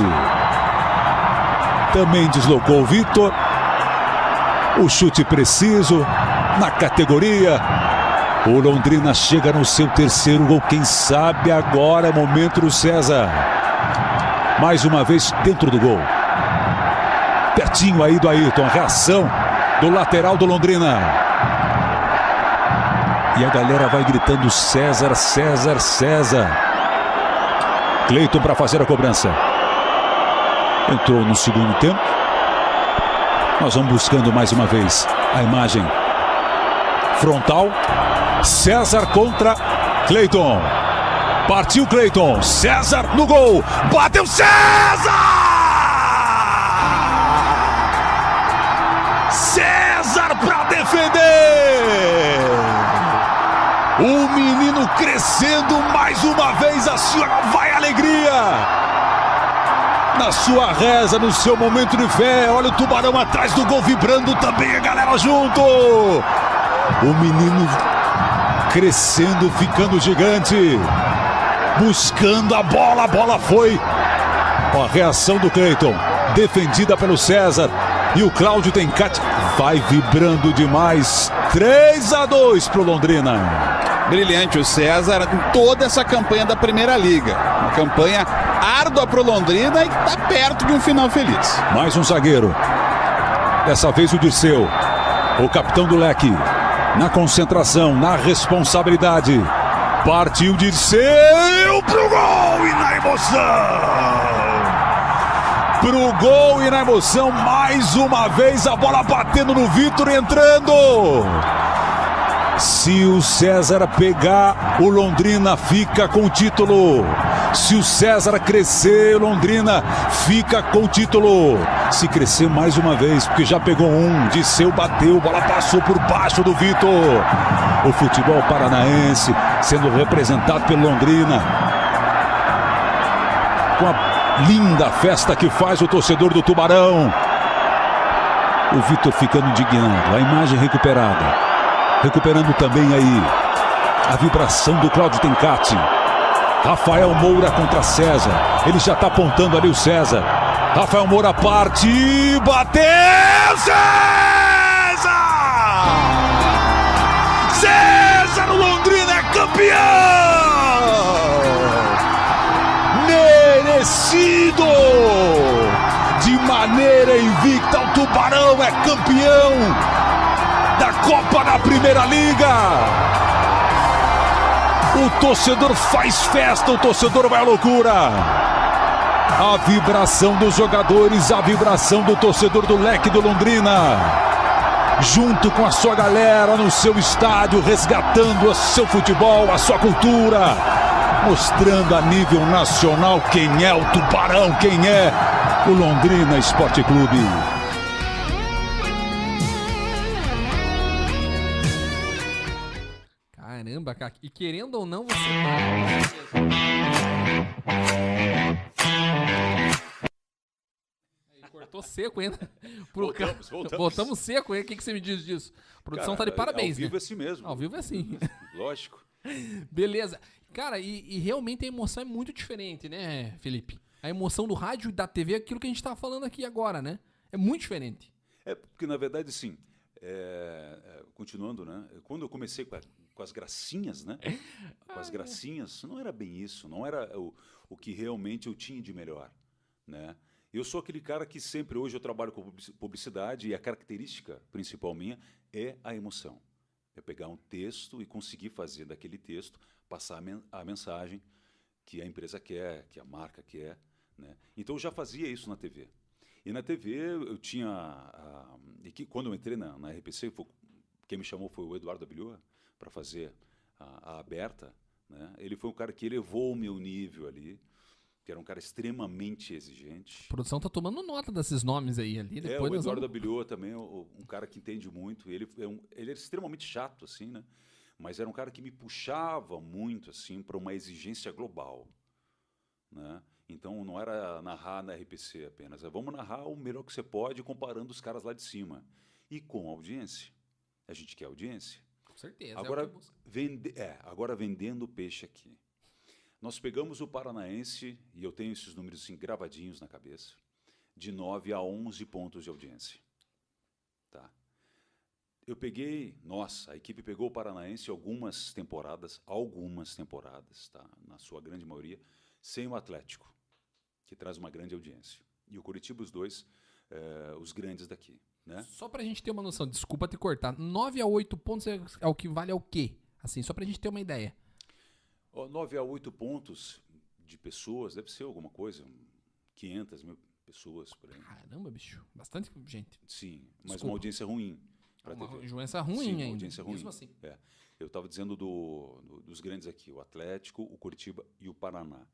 Também deslocou o Vitor. O chute preciso na categoria. O Londrina chega no seu terceiro gol. Quem sabe agora é momento do César. Mais uma vez dentro do gol. Pertinho aí do Ayrton. A reação do lateral do Londrina. E a galera vai gritando César, César, César. Cleiton para fazer a cobrança. Entrou no segundo tempo. Nós vamos buscando mais uma vez a imagem frontal. César contra Cleiton. Partiu Cleiton. César no gol. Bateu César! César para defender. O menino crescendo mais uma vez. A senhora vai alegria. Na sua reza, no seu momento de fé. Olha o Tubarão atrás do gol vibrando também, a galera junto. O menino crescendo, ficando gigante. Buscando a bola, a bola foi. Ó, a reação do Cleiton, defendida pelo César. E o Cláudio Tencati vai vibrando demais. três a dois pro Londrina. Brilhante o César em toda essa campanha da Primeira Liga. Uma campanha árdua pro Londrina e tá perto de um final feliz. Mais um zagueiro. Dessa vez o Dirceu, o capitão do Leque. Na concentração, na responsabilidade. Partiu Dirceu pro gol e na emoção. Pro gol e na emoção, mais uma vez a bola batendo no Vitor e entrando. Se o César pegar, o Londrina fica com o título. Se o César crescer, o Londrina fica com o título. Se crescer mais uma vez, porque já pegou um, Dirceu bateu, bola passou por baixo do Vitor. O futebol paranaense sendo representado pelo Londrina. Com a linda festa que faz o torcedor do Tubarão. O Vitor ficando indignado, a imagem recuperada. Recuperando também aí a vibração do Cláudio Tencati. Rafael Moura contra César. Ele já está apontando ali o César. Rafael Moura parte. Bateu! César! César, o Londrina é campeão! Merecido! De maneira invicta, o Tubarão é campeão da Copa da Primeira Liga. O torcedor faz festa, o torcedor vai à loucura. A vibração dos jogadores, a vibração do torcedor do Leque do Londrina, junto com a sua galera no seu estádio, resgatando o seu futebol, a sua cultura, mostrando a nível nacional quem é o Tubarão, quem é o Londrina Esporte Clube. Caramba, cara. E querendo ou não, você... Cortou seco ainda. Pro Voltamos, ca... voltamos. Voltamos seco, hein? O que, que você me diz disso? A produção Cara, tá de parabéns, ao vivo né? é assim mesmo. Ao vivo é assim. Lógico. Beleza. Cara, e, e realmente a emoção é muito diferente, né, Felipe? A emoção do rádio e da T V é aquilo que a gente tá falando aqui agora, né? É muito diferente. É, porque na verdade, sim. É, é, continuando, né? Quando eu comecei com, a, com as gracinhas, né? Com as gracinhas, não era bem isso. Não era o, o que realmente eu tinha de melhor, né? Eu sou aquele cara que sempre, hoje eu trabalho com publicidade e a característica principal minha é a emoção. É pegar um texto e conseguir fazer daquele texto, passar a, men a mensagem que a empresa quer, que a marca quer, né? Então eu já fazia isso na T V. E na T V eu tinha... A, e que, quando eu entrei na, na R P C, foi, quem me chamou foi o Eduardo Abelhoa para fazer a, a aberta, né? Ele foi um cara que elevou o meu nível ali, que era um cara extremamente exigente. A produção tá tomando nota desses nomes aí ali. Depois é, o Eduardo vamos... Abelhoa também, um cara que entende muito. Ele, é um, ele era extremamente chato, assim, né? Mas era um cara que me puxava muito, assim, para uma exigência global, né? Então não era narrar na R P C apenas, é vamos narrar o melhor que você pode comparando os caras lá de cima. E com audiência. A gente quer audiência. Com certeza. Agora, é o que vende, é, agora vendendo peixe aqui. Nós pegamos o Paranaense, e eu tenho esses números assim, gravadinhos na cabeça, de nove a onze pontos de audiência. Tá. Eu peguei, nossa, a equipe pegou o Paranaense algumas temporadas, algumas temporadas, tá, na sua grande maioria, sem o Atlético, que traz uma grande audiência. E o Curitiba, os dois, eh, os grandes daqui. Né? Só pra gente ter uma noção, desculpa te cortar, nove a oito pontos é, é o que vale ao quê? Assim, só pra gente ter uma ideia. Ó, nove a oito pontos de pessoas, deve ser alguma coisa, quinhentas mil pessoas por aí. Caramba, bicho. Bastante gente. Sim, mas Desculpa. uma audiência ruim. pra Uma T V. audiência ruim Sim, uma ainda. audiência ruim. Mesmo assim. É. Eu estava dizendo do, do- dos grandes aqui, o Atlético, o Curitiba e o Paraná.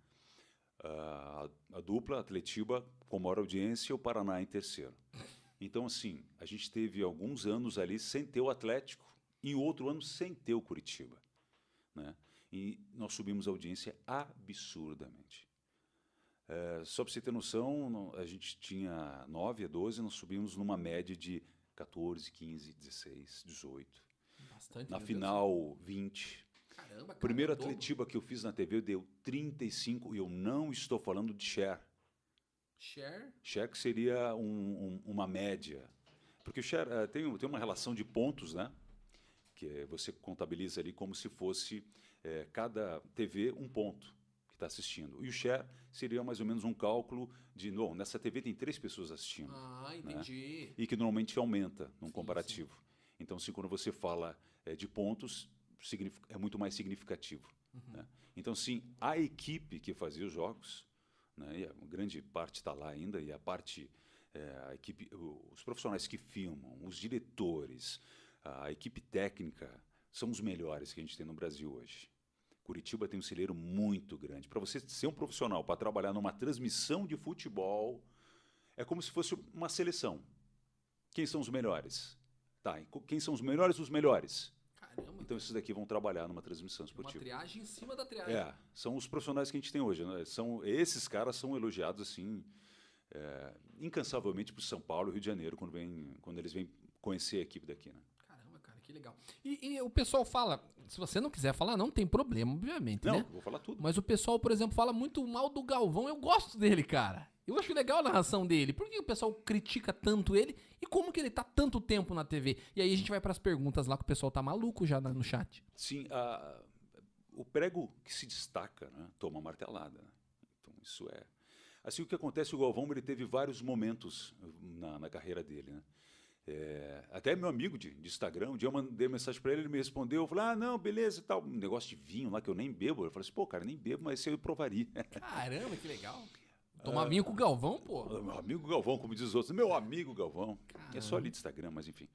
Ah, a, a dupla, Atletiba, com maior audiência, e o Paraná em terceiro. Então, assim, a gente teve alguns anos ali sem ter o Atlético e outro ano sem ter o Curitiba, né? E nós subimos a audiência absurdamente. É, só para você ter noção, no- a gente tinha nove a doze, nós subimos numa média de quatorze, quinze, dezesseis, dezoito. Bastante. Na meu final, vinte. Deus. Caramba, cara. O primeiro é o dobro. Atletiba que eu fiz na T V deu trinta e cinco, e eu não estou falando de share. Share. Share que seria um- um- uma média. Porque o share eh, tem, tem uma relação de pontos, né? Que é, você contabiliza ali como se fosse eh, cada T V um ponto que está assistindo. E o share seria mais ou menos um cálculo de, não, nessa T V tem três pessoas assistindo. Ah, entendi. E que normalmente aumenta num Sim, comparativo. Então, se quando você fala eh, de pontos, significa- é muito mais significativo. Uhum. Né? Então, sim, a equipe que fazia os jogos, né, e a grande parte está lá ainda, e a parte, eh, a equipe, o- os profissionais que filmam, os diretores, a equipe técnica, são os melhores que a gente tem no Brasil hoje. Curitiba tem um celeiro muito grande. Para você ser um profissional, para trabalhar numa transmissão de futebol, é como se fosse uma seleção. Quem são os melhores? Tá, e co- quem são os melhores dos melhores? Caramba. Então esses daqui vão trabalhar numa transmissão Uma esportiva. triagem em cima da triagem. É, são os profissionais que a gente tem hoje. Né? São, esses caras são elogiados assim, é, incansavelmente por São Paulo e Rio de Janeiro, quando, vem, quando eles vêm conhecer a equipe daqui. Né? Caramba, cara, que legal. E, e o pessoal fala, se você não quiser falar, não tem problema, obviamente, Não, né? vou falar tudo. Mas o pessoal, por exemplo, fala muito mal do Galvão. Eu gosto dele, cara. Eu acho legal a narração dele. Por que o pessoal critica tanto ele? E como que ele tá tanto tempo na T V? E aí a gente vai pras perguntas lá, que o pessoal tá maluco já na- no chat. Sim, a- o prego que se destaca, né, toma martelada. Né? Então isso é... Assim, o que acontece, o Galvão ele teve vários momentos na, na carreira dele. Né? É, até meu amigo de, de Instagram, um dia eu mandei mensagem para ele, ele me respondeu, eu falei, ah, não, beleza e tal. Um negócio de vinho lá que eu nem bebo. Eu falei assim, pô, cara, nem bebo, mas esse eu provaria. Caramba, que legal. Tomar vinho com o Galvão, pô. Meu amigo Galvão, como diz os outros, meu amigo Galvão. É só ali de Instagram, mas enfim.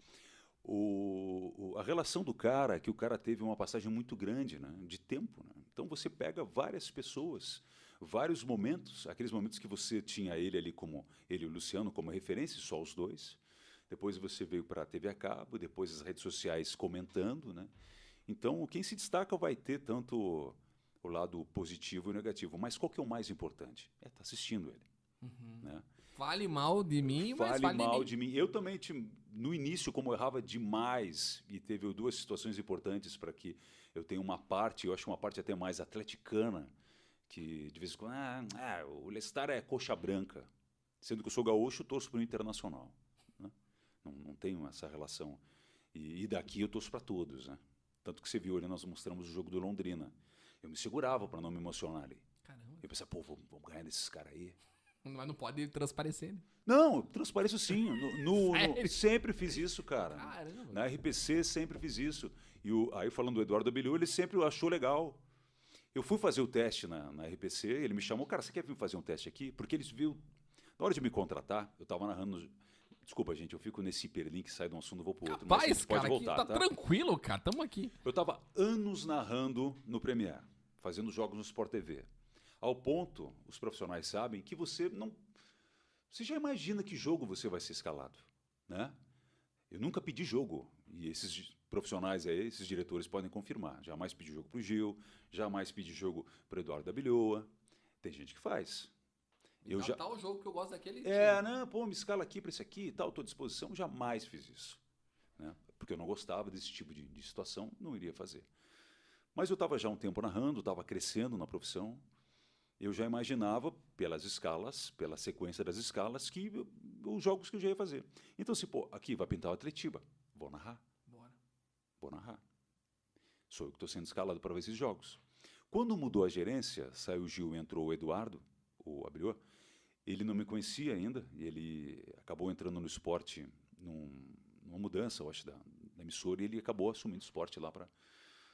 O, o- a relação do cara, que o cara teve uma passagem muito grande, né, de tempo. Né? Então você pega várias pessoas, vários momentos, aqueles momentos que você tinha ele ali como, ele e o Luciano como referência, só os dois. Depois você veio para a T V a cabo, depois as redes sociais comentando, né? Então, quem se destaca vai ter tanto o lado positivo e o negativo. Mas qual que é o mais importante? É estar assistindo ele. Né? Fale mal de mim, mas Fale fale mal de mim. de mim. Eu também, ti- no início, como eu errava demais, e teve duas situações importantes para que eu tenha uma parte, eu acho uma parte até mais atleticana, que de vez em quando, ah, ah, o Lestar é coxa branca. Sendo que eu sou gaúcho, torço para o Internacional. Né? Não, não tenho essa relação. E, e daqui eu torço para todos. Né? Tanto que você viu ali, nós mostramos o jogo do Londrina. Eu me segurava para não me emocionar ali. Caramba. Eu pensava, pô, vamos, vamos ganhar desses caras aí. Mas não pode transparecer, né? Não, eu transpareço sim. No, no- no- Sério? sempre fiz isso, cara. Caramba. Na R P C sempre fiz isso. E o, aí falando do Eduardo Abelhou, ele sempre achou legal. Eu fui fazer o teste na, na R P C, ele me chamou, cara, você quer vir fazer um teste aqui? Porque eles viu, na hora de me contratar, eu estava narrando. Desculpa, gente, eu fico nesse hiperlink, sai de um assunto, vou pro outro. mas a Rapaz, gente pode cara, aqui voltar, tá, tranquilo, cara. Tamo aqui. Eu estava anos narrando no Premiere, fazendo jogos no Sport T V. Ao ponto, os profissionais sabem, que você não... Você já imagina que jogo você vai ser escalado, né? Eu nunca pedi jogo, e esses di- profissionais aí, esses diretores podem confirmar. Jamais pedi jogo para o Gil, jamais pedi jogo para o Eduardo da Bilhoa. Tem gente que faz. Eu já... Tá o jogo que eu gosto daquele É, não, pô, me escala aqui para esse aqui e tal, estou à disposição. Jamais fiz isso. Né? Porque eu não gostava desse tipo de, de situação, não iria fazer. Mas eu estava já há um tempo narrando, estava crescendo na profissão. Eu já imaginava, pelas escalas, pela sequência das escalas, que eu- os jogos que eu já ia fazer. Então, se, pô, aqui vai pintar o Atletiba, vou narrar, Bora. vou narrar. Sou eu que estou sendo escalado para ver esses jogos. Quando mudou a gerência, saiu o Gil e entrou o Eduardo, o Abelhou, ele não me conhecia ainda, e ele acabou entrando no esporte num, numa mudança, eu acho, da, da emissora, e ele acabou assumindo o esporte lá para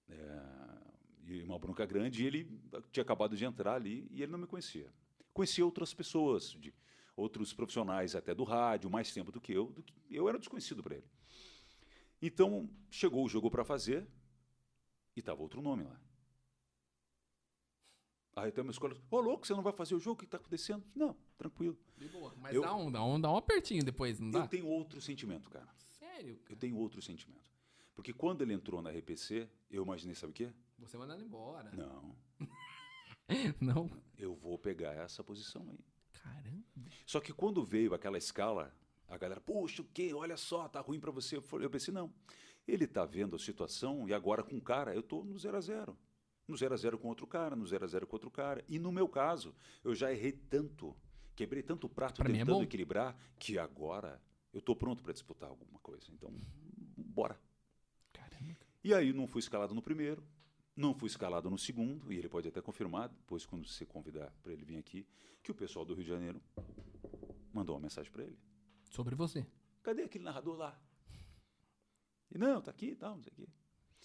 É, e uma bronca grande, e ele tinha acabado de entrar ali e ele não me conhecia. Conhecia outras pessoas, de, outros profissionais até do rádio, mais tempo do que eu, do que eu era desconhecido para ele. Então, chegou o jogo para fazer e estava outro nome lá. Aí até uma escola, ô louco, você não vai fazer o jogo? O que está acontecendo? Não, tranquilo. De boa. Mas Eu- dá, um, dá, um, dá um apertinho depois, não dá? Eu tenho outro sentimento, cara. Sério, Eu cara? tenho outro sentimento. Porque quando ele entrou na R P C, eu imaginei, sabe o quê? Você mandando embora. Não, Não? eu vou pegar essa posição aí. Caramba. Só que quando veio aquela escala, a galera, poxa, o quê? Olha só, tá ruim para você. Eu falei- eu pensei, não. Ele tá vendo a situação e agora com o cara, eu tô no zero a zero. No zero a zero com outro cara, no zero a zero com outro cara. E no meu caso, eu já errei tanto, quebrei tanto o prato Pra mim é tentando bom. equilibrar, que agora eu tô pronto para disputar alguma coisa. Então, bora. Caramba. E aí não fui escalado no primeiro, não fui escalado no segundo, e ele pode até confirmar, depois quando você convidar para ele vir aqui, que o pessoal do Rio de Janeiro mandou uma mensagem para ele. Sobre você. Cadê aquele narrador lá? E não, tá aqui e tal, não sei o quê.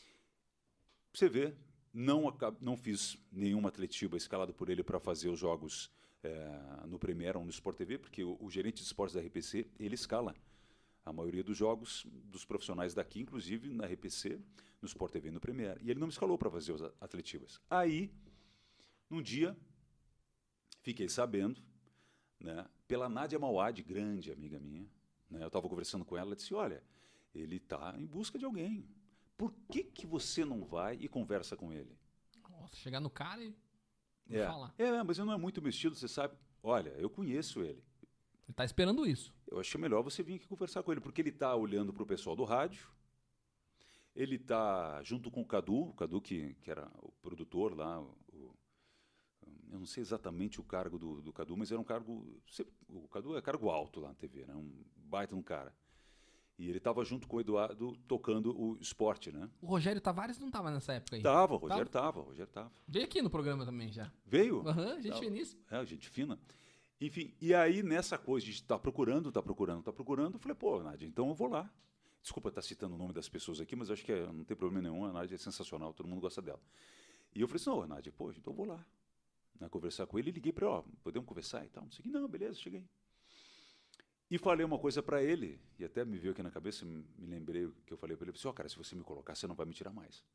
Pra você ver, não, acab- não fiz nenhuma Atletiba escalado por ele para fazer os jogos eh, no Premiere ou no Sport T V, porque o, o gerente de esportes da R P C, ele escala a maioria dos jogos dos profissionais daqui, inclusive na R P C, no Sport T V e no Premiere. E ele não me escalou para fazer os a- Atletibas. Aí, num dia, fiquei sabendo, né, pela Nádia Mauad, grande amiga minha, né, eu estava conversando com ela, ela disse, olha, ele está em busca de alguém. Por que, que você não vai e conversa com ele? Nossa, chegar no cara e e É, falar. é, mas eu não é muito meu estilo, você sabe. Olha, eu conheço ele. Ele tá esperando isso. Eu achei melhor você vir aqui conversar com ele, porque ele está olhando para o pessoal do rádio, ele está junto com o Cadu, o Cadu que, que era o produtor lá, o- o- eu não sei exatamente o cargo do, do Cadu, mas era um cargo, você- o Cadu é cargo alto lá na T V, né? Um baita um cara. E ele estava junto com o Eduardo tocando o esporte, né? O Rogério Tavares não tava nessa época aí. Tava, o Rogério tava, o Rogério tava. Veio aqui no programa também já. Veio? Aham, gente Tava. finíssima. É, gente fina. Enfim, e aí nessa coisa de estar procurando, tá procurando, tá procurando, eu falei, pô, Nádia, então eu vou lá. Desculpa estar citando o nome das pessoas aqui, mas acho que é- não tem problema nenhum, a Nádia é sensacional, todo mundo gosta dela. E eu falei assim, não, Nádia, pô, então eu vou lá. Né, conversar com ele, e liguei para ele, ó, podemos conversar e tal, não sei o que, não, beleza, cheguei. E falei uma coisa para ele, e até me veio aqui na cabeça, me me lembrei o que eu falei para ele, eu falei assim, ó, cara, se você me colocar, você não vai me tirar mais.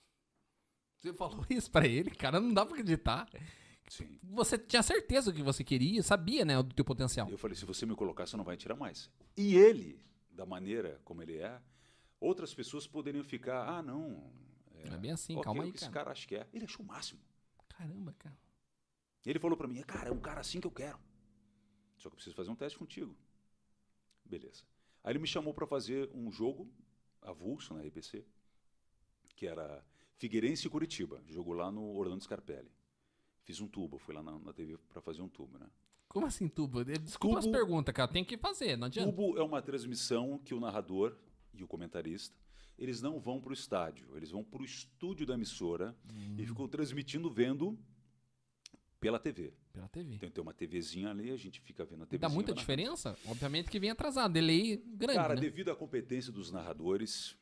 Você falou isso pra ele, cara, não dá pra acreditar. Sim. Você tinha certeza do que você queria, sabia, né, do teu potencial. Eu falei, se você me colocar, você não vai tirar mais. E ele, da maneira como ele é, outras pessoas poderiam ficar, ah, não. Não é bem assim, ok, calma o aí, que cara. esse cara acha que é. Ele achou o máximo. Caramba, cara. Ele falou pra mim, cara, é um cara assim que eu quero. Só que eu preciso fazer um teste contigo. Beleza. Aí ele me chamou para fazer um jogo avulso na R P C, que era Figueirense e Curitiba. Jogo lá no Orlando Scarpelli. Fiz um tubo, fui lá na, na T V para fazer um tubo, né? Como assim, tubo? Desculpa Tubo- as perguntas, cara. Tem que fazer, não adianta. Tubo é uma transmissão que o narrador e o comentarista, eles não vão para o estádio, eles vão para o estúdio da emissora e ficam transmitindo, vendo pela T V. Pela T V. Então tem uma TVzinha ali, a gente fica vendo a TVzinha. Dá muita vai narrando. diferença? Obviamente que vem atrasado, delay grande, Cara, né? devido à competência dos narradores,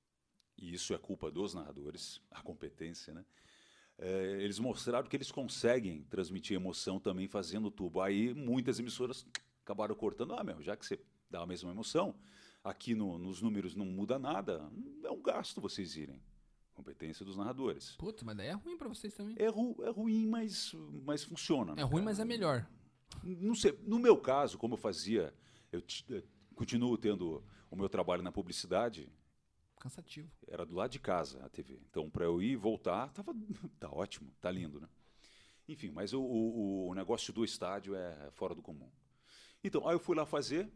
e isso é culpa dos narradores, a competência, né? É, eles mostraram que eles conseguem transmitir emoção também fazendo tubo. Aí muitas emissoras acabaram cortando. Ah, meu, já que você dá a mesma emoção, aqui no- nos números não muda nada, é um gasto vocês irem. Competência dos narradores. Putz, mas daí é ruim pra vocês também. É, ru, é ruim, mas, mas funciona. né, É ruim, cara? mas é melhor. Não sei, no meu caso, como eu fazia, eu, t- eu continuo tendo o meu trabalho na publicidade, Cansativo. era do lado de casa a T V. Então, para eu ir e voltar, tava, tá ótimo, tá lindo, né? Enfim, mas o, o, o negócio do estádio é fora do comum. Então, aí eu fui lá fazer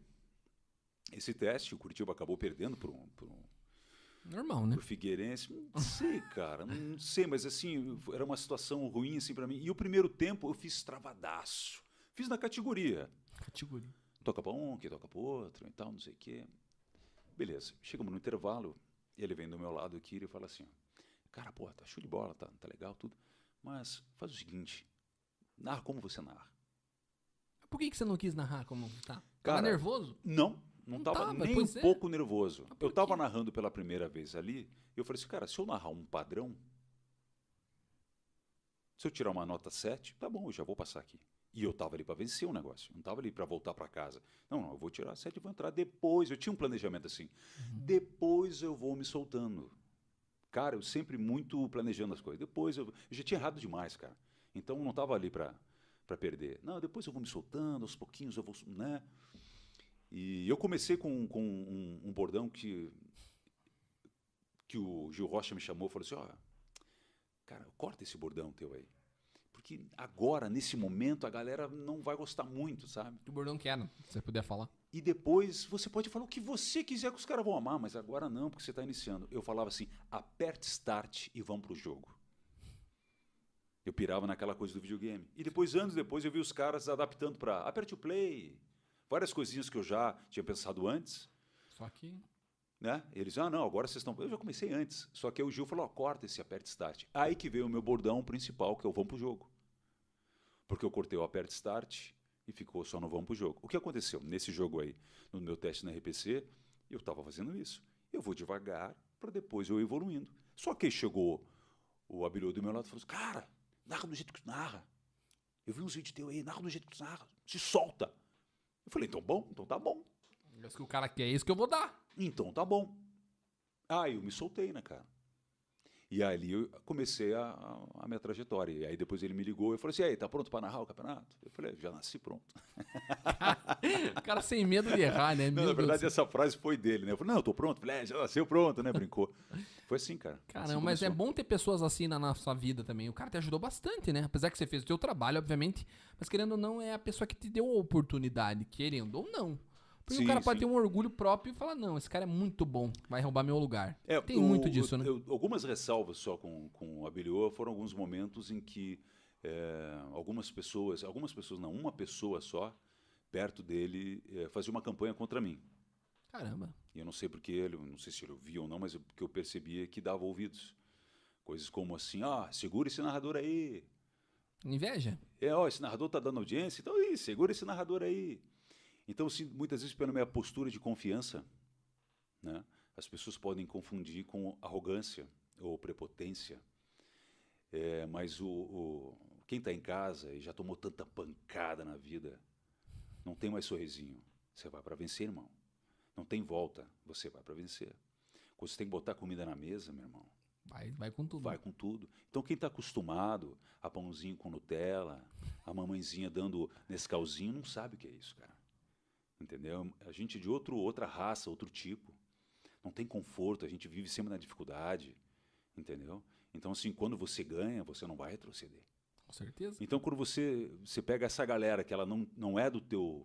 esse teste, o Curitiba acabou perdendo para um, por um, Normal, né? pro Figueirense. Não sei, cara, não sei, mas assim, era uma situação ruim assim para mim. E o primeiro tempo eu fiz travadaço. Fiz na categoria. Categoria. Toca para um, que toca para outro e tal, não sei o quê. Beleza, chegamos no intervalo, ele vem do meu lado aqui e ele fala assim, ó, cara, pô, tá show de bola, tá, tá legal tudo, mas faz o seguinte, narra como você narra. Por que, que você não quis narrar como tá? Tava Cara, nervoso? Não, não, Não tava, tava, nem um pois é. pouco nervoso. Mas por Eu tava quê? narrando pela primeira vez ali, e eu falei assim, cara, se eu narrar um padrão, Se eu tirar uma nota sete, tá bom, eu já vou passar aqui. E eu estava ali para vencer o negócio, não estava ali para voltar para casa. Não, não, eu vou tirar sete e vou entrar depois. Eu tinha um planejamento assim. Uhum. Depois eu vou me soltando. Cara, eu sempre muito planejando as coisas. Depois eu, eu já tinha errado demais, cara. Então eu não estava ali para para perder. Não, depois eu vou me soltando, aos pouquinhos eu vou, né? E eu comecei com, com um, um bordão que que o Gil Rocha me chamou e falou assim, ó, cara, corta esse bordão teu aí. Porque agora, nesse momento, a galera não vai gostar muito, sabe? Que bordão que era, se você puder falar. E depois você pode falar o que você quiser que os caras vão amar, mas agora não, porque você está iniciando. Eu falava assim, aperte start e vamos pro jogo. Eu pirava naquela coisa do videogame. E depois, anos depois, eu vi os caras adaptando para aperte o play. Várias coisinhas que eu já tinha pensado antes. Só que... Né? Eles, ah, não, agora vocês estão... Eu já comecei antes. Só que aí o Gil falou, ó, corta esse aperte start. Aí que veio o meu bordão principal, que é o vamos pro jogo. Porque eu cortei o aperte start e ficou só no vamos pro jogo. O que aconteceu? Nesse jogo aí, no meu teste na R P C, eu estava fazendo isso. Eu vou devagar para depois eu ir evoluindo. Só que aí chegou o Abelô do meu lado e falou assim, cara, narra do jeito que tu narra. Eu vi uns vídeos teus aí, narra do jeito que tu narra. Se solta. Eu falei, então bom, então tá bom. Mas que o cara quer isso que eu vou dar. Então tá bom. Aí eu me soltei, né, cara? E ali eu comecei a, a, a minha trajetória. E aí depois ele me ligou e falou assim, aí, tá pronto para narrar o campeonato? Eu falei, já nasci pronto. O cara sem medo de errar, né? Não, na verdade, essa frase foi dele, né? Eu falei, não, eu tô pronto. Eu falei, é, já nasceu pronto, né? Brincou. Foi assim, cara. Caramba, assim mas é bom ter pessoas assim na nossa vida também. O cara te ajudou bastante, né? Apesar que você fez o seu trabalho, obviamente. Mas querendo ou não, é a pessoa que te deu a oportunidade, querendo ou não. Porque sim, o cara pode sim. ter um orgulho próprio e falar, não, esse cara é muito bom, vai roubar meu lugar. É, Tem o, muito disso, o, né? Eu, algumas ressalvas só com, com o Abelô foram alguns momentos em que é, algumas pessoas, algumas pessoas não, uma pessoa só, perto dele, é, fazia uma campanha contra mim. Caramba. E eu não sei porque ele, não sei se ele ouvia ou não, mas o que eu percebia que dava ouvidos. Coisas como assim, ah, segura esse narrador aí. Inveja? É, ó, esse narrador tá dando audiência, então aí, segura esse narrador aí. Então, assim, muitas vezes, pela minha postura de confiança, né, as pessoas podem confundir com arrogância ou prepotência. É, mas o, o, quem está em casa e já tomou tanta pancada na vida, não tem mais sorrisinho. Você vai para vencer, irmão. Não tem volta, você vai para vencer. Quando você tem que botar comida na mesa, meu irmão, vai, vai com tudo. Vai com tudo. Então, quem está acostumado a pãozinho com Nutella, a mamãezinha dando Nescauzinho, não sabe o que é isso, cara. Entendeu? A gente é de outro, outra raça, outro tipo. Não tem conforto, a gente vive sempre na dificuldade. Entendeu? Então, assim, quando você ganha, você não vai retroceder. Com certeza. Então, quando você, você pega essa galera que ela não, não é do teu...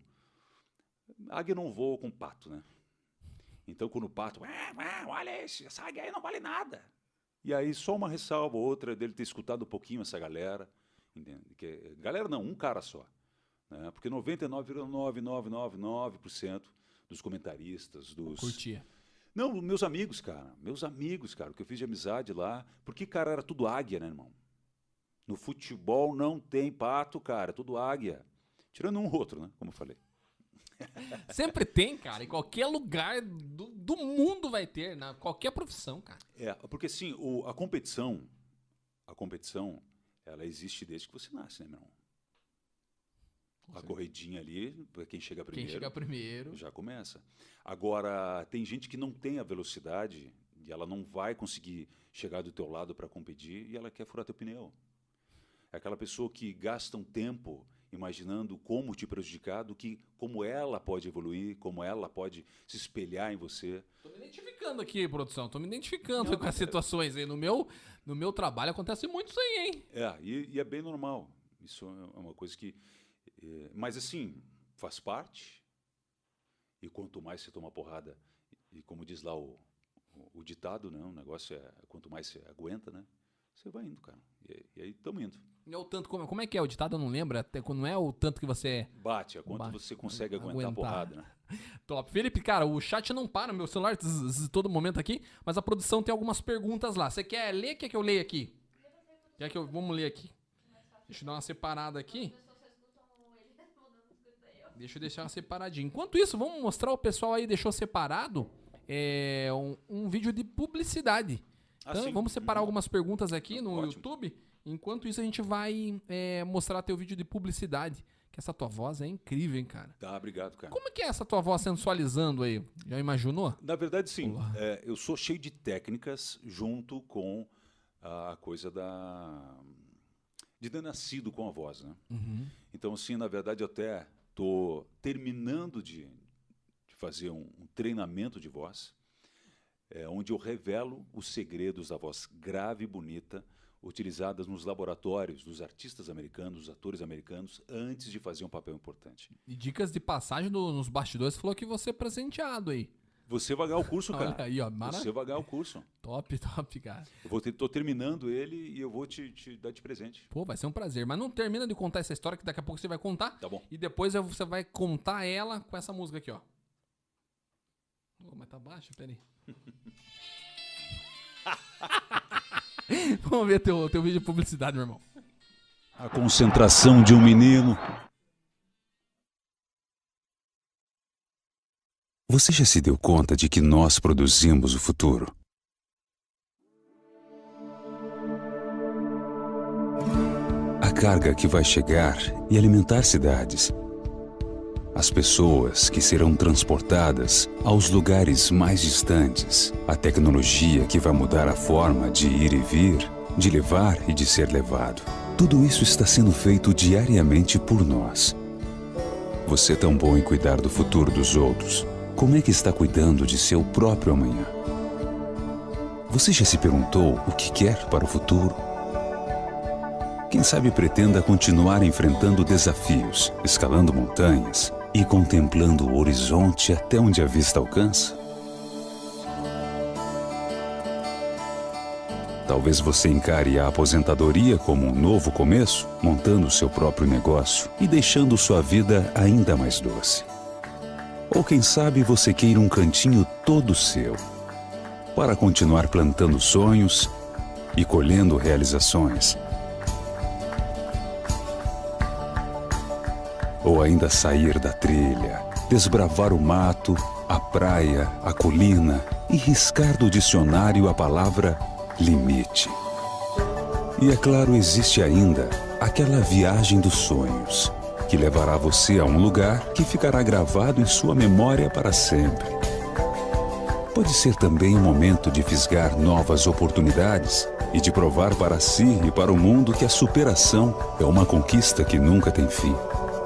Águia não voa com pato, né? Então, quando o pato... Olha esse, essa águia aí não vale nada. E aí, só uma ressalva, outra, dele ter escutado um pouquinho essa galera. Entende? Que, galera não, um cara só. Né? Porque noventa e nove vírgula nove nove nove nove por cento dos comentaristas, dos... Curtia. Não, meus amigos, cara. Meus amigos, cara. O que eu fiz de amizade lá. Porque, cara, era tudo águia, né, irmão? No futebol não tem pato, cara. É tudo águia. Tirando um ou outro, né? Como eu falei. Sempre tem, cara. Em qualquer lugar do, do mundo vai ter. Na qualquer profissão, cara. É, porque assim, o, a competição... A competição, ela existe desde que você nasce, né, meu irmão? A corridinha ali, para quem chega primeiro. Quem chega primeiro. Já começa. Agora, tem gente que não tem a velocidade e ela não vai conseguir chegar do teu lado para competir e ela quer furar teu pneu. É aquela pessoa que gasta um tempo imaginando como te prejudicar, do que como ela pode evoluir, como ela pode se espelhar em você. Tô me identificando aqui, produção. Tô me identificando não, com as situações aí. No meu, no meu trabalho acontece muito isso aí, hein? É, e, e é bem normal. Isso é uma coisa que... É, mas assim, faz parte, e quanto mais você toma porrada, e como diz lá o, o, o ditado, né, o negócio é, quanto mais você aguenta, né, você vai indo, cara, e, e aí estamos indo. É o tanto, como, como é que é o ditado, eu não lembro, até quando não é o tanto que você... Bate, é quanto bate, você consegue aguentar, aguentar a porrada, né. Top. Felipe, cara, o chat não para, meu celular zzz, zzz, todo momento aqui, mas a produção tem algumas perguntas lá. Você quer ler? Quer que eu leia aqui? Quer que eu... Vamos ler aqui. Deixa eu dar uma separada aqui. Deixa eu deixar uma separadinha. Enquanto isso, vamos mostrar, o pessoal aí deixou separado é, um, um vídeo de publicidade. Então, ah, vamos separar algumas perguntas aqui no Ótimo. YouTube Enquanto isso, a gente vai é, mostrar teu vídeo de publicidade. Que essa tua voz é incrível, hein, cara? Tá, obrigado, cara. Como é que é essa tua voz sensualizando aí? Já imaginou? Na verdade, sim. É, eu sou cheio de técnicas junto com a coisa da... de ter nascido com a voz, né? Uhum. Então, assim, na verdade, eu até estou terminando de, de fazer um, um treinamento de voz, é, onde eu revelo os segredos da voz grave e bonita utilizadas nos laboratórios dos artistas americanos, dos atores americanos, antes de fazer um papel importante. E dicas de passagem do, nos bastidores, falou que você é presenteado aí. Você vai ganhar o curso, cara. Olha aí, ó, mara... Você vai ganhar o curso. Top, top, cara. Eu vou ter, tô terminando ele e eu vou te, te dar de presente. Pô, vai ser um prazer. Mas não termina de contar essa história, que daqui a pouco você vai contar. Tá bom. E depois você vai contar ela com essa música aqui, ó. Oh, mas tá baixo, peraí. Vamos ver teu, teu vídeo de publicidade, meu irmão. A concentração de um menino. Você já se deu conta de que nós produzimos o futuro? A carga que vai chegar e alimentar cidades. As pessoas que serão transportadas aos lugares mais distantes. A tecnologia que vai mudar a forma de ir e vir, de levar e de ser levado. Tudo isso está sendo feito diariamente por nós. Você é tão bom em cuidar do futuro dos outros. Como é que está cuidando de seu próprio amanhã? Você já se perguntou o que quer para o futuro? Quem sabe pretenda continuar enfrentando desafios, escalando montanhas e contemplando o horizonte até onde a vista alcança? Talvez você encare a aposentadoria como um novo começo, montando seu próprio negócio e deixando sua vida ainda mais doce. Ou quem sabe você queira um cantinho todo seu, para continuar plantando sonhos e colhendo realizações. Ou ainda sair da trilha, desbravar o mato, a praia, a colina e riscar do dicionário a palavra limite. E é claro, existe ainda aquela viagem dos sonhos, que levará você a um lugar que ficará gravado em sua memória para sempre. Pode ser também um momento de fisgar novas oportunidades e de provar para si e para o mundo que a superação é uma conquista que nunca tem fim.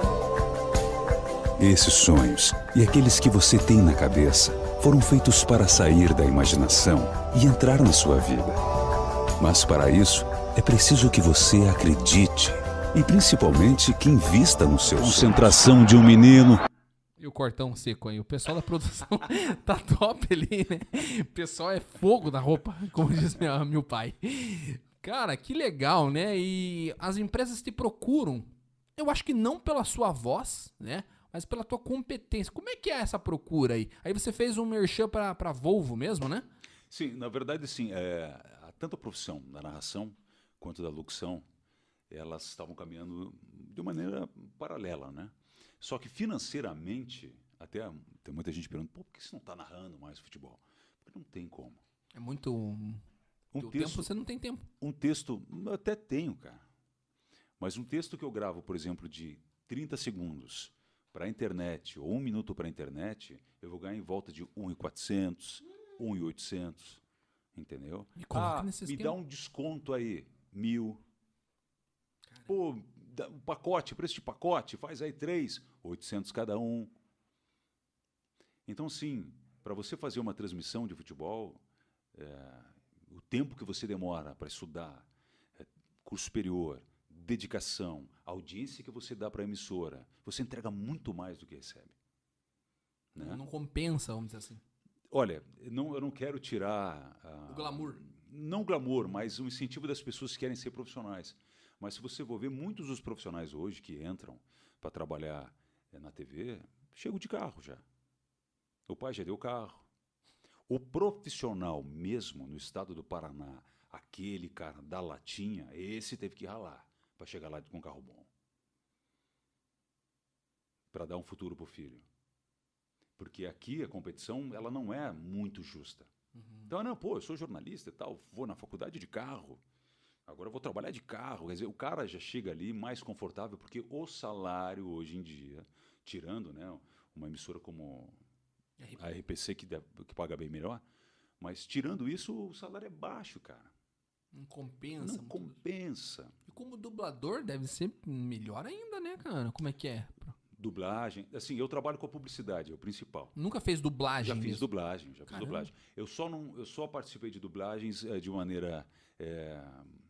Esses sonhos e aqueles que você tem na cabeça foram feitos para sair da imaginação e entrar na sua vida. Mas para isso, é preciso que você acredite e principalmente que invista no seu Concentração de um menino. E o cortão seco aí. O pessoal da produção tá top ali, né? O pessoal é fogo na roupa, como diz meu, meu pai. Cara, que legal, né? E as empresas te procuram, eu acho que não pela sua voz, né? Mas pela tua competência. Como é que é essa procura aí? Aí você fez um merchan pra, pra Volvo mesmo, né? Sim, na verdade, sim. É, tanto a profissão da narração quanto da locução, elas estavam caminhando de maneira paralela, né? Só que financeiramente, até tem muita gente perguntando, pô, por que você não está narrando mais futebol? Porque não tem como. É muito... Um Teu texto, tempo você não tem tempo. Um texto, eu até tenho, cara. Mas um texto que eu gravo, por exemplo, de trinta segundos para a internet, ou um minuto para a internet, eu vou ganhar em volta de um milhão e quatrocentos, um milhão e oitocentos, entendeu? Me coloca Ah, nesse me esquema. dá um desconto aí, mil. Pô, dá um pacote, preço de pacote, faz aí três, oitocentos cada um. Então, sim, para você fazer uma transmissão de futebol, é, o tempo que você demora para estudar, é, curso superior, dedicação, audiência que você dá para a emissora, você entrega muito mais do que recebe. Né? Não compensa, vamos dizer assim. Olha, não, eu não quero tirar... Uh, o glamour. Não glamour, mas o incentivo das pessoas que querem ser profissionais. Mas se você for ver, muitos dos profissionais hoje que entram para trabalhar é, na T V, chegam de carro já. O pai já deu carro. O profissional mesmo no estado do Paraná, aquele cara da latinha, esse teve que ralar para chegar lá com um carro bom. Para dar um futuro para o filho. Porque aqui a competição ela não é muito justa. Uhum. Então, não, pô, eu sou jornalista e tal, vou na faculdade de carro. Agora eu vou trabalhar de carro. Quer dizer, o cara já chega ali mais confortável, porque o salário hoje em dia, tirando, né, uma emissora como a R P C, que, deve, que paga bem melhor, mas tirando isso, o salário é baixo, cara. Não compensa. Não compensa. E como dublador deve ser melhor ainda, né, cara? Como é que é? Dublagem. Assim, eu trabalho com a publicidade, é o principal. Nunca fez dublagem Já fiz mesmo? dublagem, já fiz Caramba. dublagem. Eu só, não, eu só participei de dublagens é, de maneira é,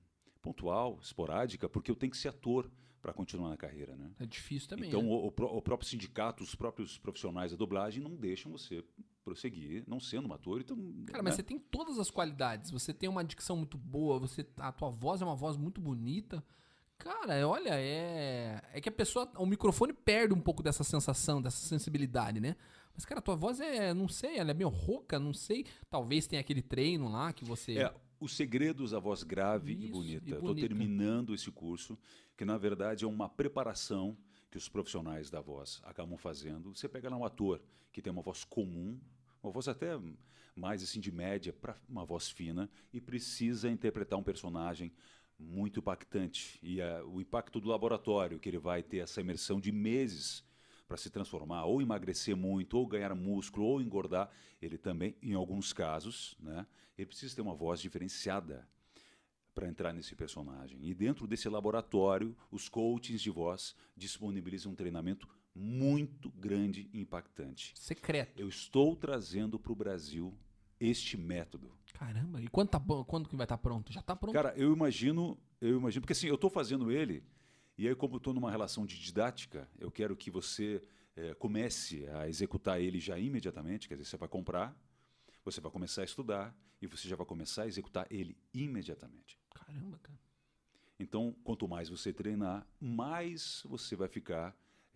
pontual, esporádica, porque eu tenho que ser ator para continuar na carreira, né? É difícil também. Então, né? o, o, pró- o próprio sindicato, os próprios profissionais da dublagem não deixam você prosseguir não sendo um ator. Então, Cara, né? mas você tem todas as qualidades. Você tem uma dicção muito boa, você, a tua voz é uma voz muito bonita. Cara, é- olha, é. É que a pessoa. O microfone perde um pouco dessa sensação, dessa sensibilidade, né? Mas, cara, a tua voz é. Não sei, ela é meio rouca, não sei. Talvez tenha aquele treino lá que você. É, os segredos da voz grave e Isso, bonita. e Eu estou bonita. terminando esse curso, que na verdade é uma preparação que os profissionais da voz acabam fazendo. Você pega lá um ator que tem uma voz comum, uma voz até mais assim de média para uma voz fina, e precisa interpretar um personagem muito impactante. E uh, o impacto do laboratório, que ele vai ter essa imersão de meses para se transformar, ou emagrecer muito, ou ganhar músculo, ou engordar, ele também, em alguns casos, né, ele precisa ter uma voz diferenciada para entrar nesse personagem. E dentro desse laboratório, os coachings de voz disponibilizam um treinamento muito grande e impactante. Secreto. Eu estou trazendo para o Brasil este método. Caramba, e quando, tá, bom- quando que vai estar pronto? Já tá pronto? Cara, eu imagino, eu imagino, porque assim, eu estou fazendo ele, e aí como eu estou numa relação de didática, eu quero que você eh, comece a executar ele já imediatamente, quer dizer, você vai comprar, você vai começar a estudar, e você já vai começar a executar ele imediatamente. Caramba, cara. Então, quanto mais você treinar, mais você vai ficar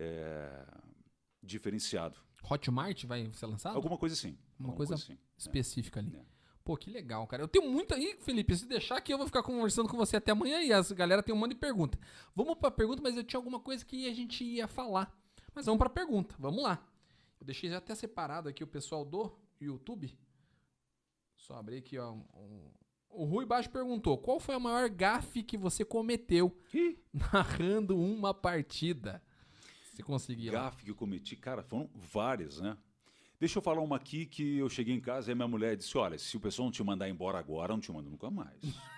eh, diferenciado. Hotmart vai ser lançado? Alguma coisa assim. Uma alguma coisa assim, né? específica ali. É. Pô, que legal, cara. Eu tenho muito aí, Felipe. Se deixar aqui, eu vou ficar conversando com você até amanhã e as galera tem um monte de pergunta. Vamos pra pergunta, mas eu tinha alguma coisa que a gente ia falar. Mas vamos pra pergunta. Vamos lá. Eu deixei já até separado aqui o pessoal do YouTube. Só abrir aqui, ó. Um- O Rui Baixo perguntou: qual foi a maior gafe que você cometeu narrando uma partida? Se conseguir. lá. Gafe que eu cometi, cara, foram várias, né? Deixa eu falar uma aqui que eu cheguei em casa e a minha mulher disse, olha, se o pessoal não te mandar embora agora, não te manda nunca mais.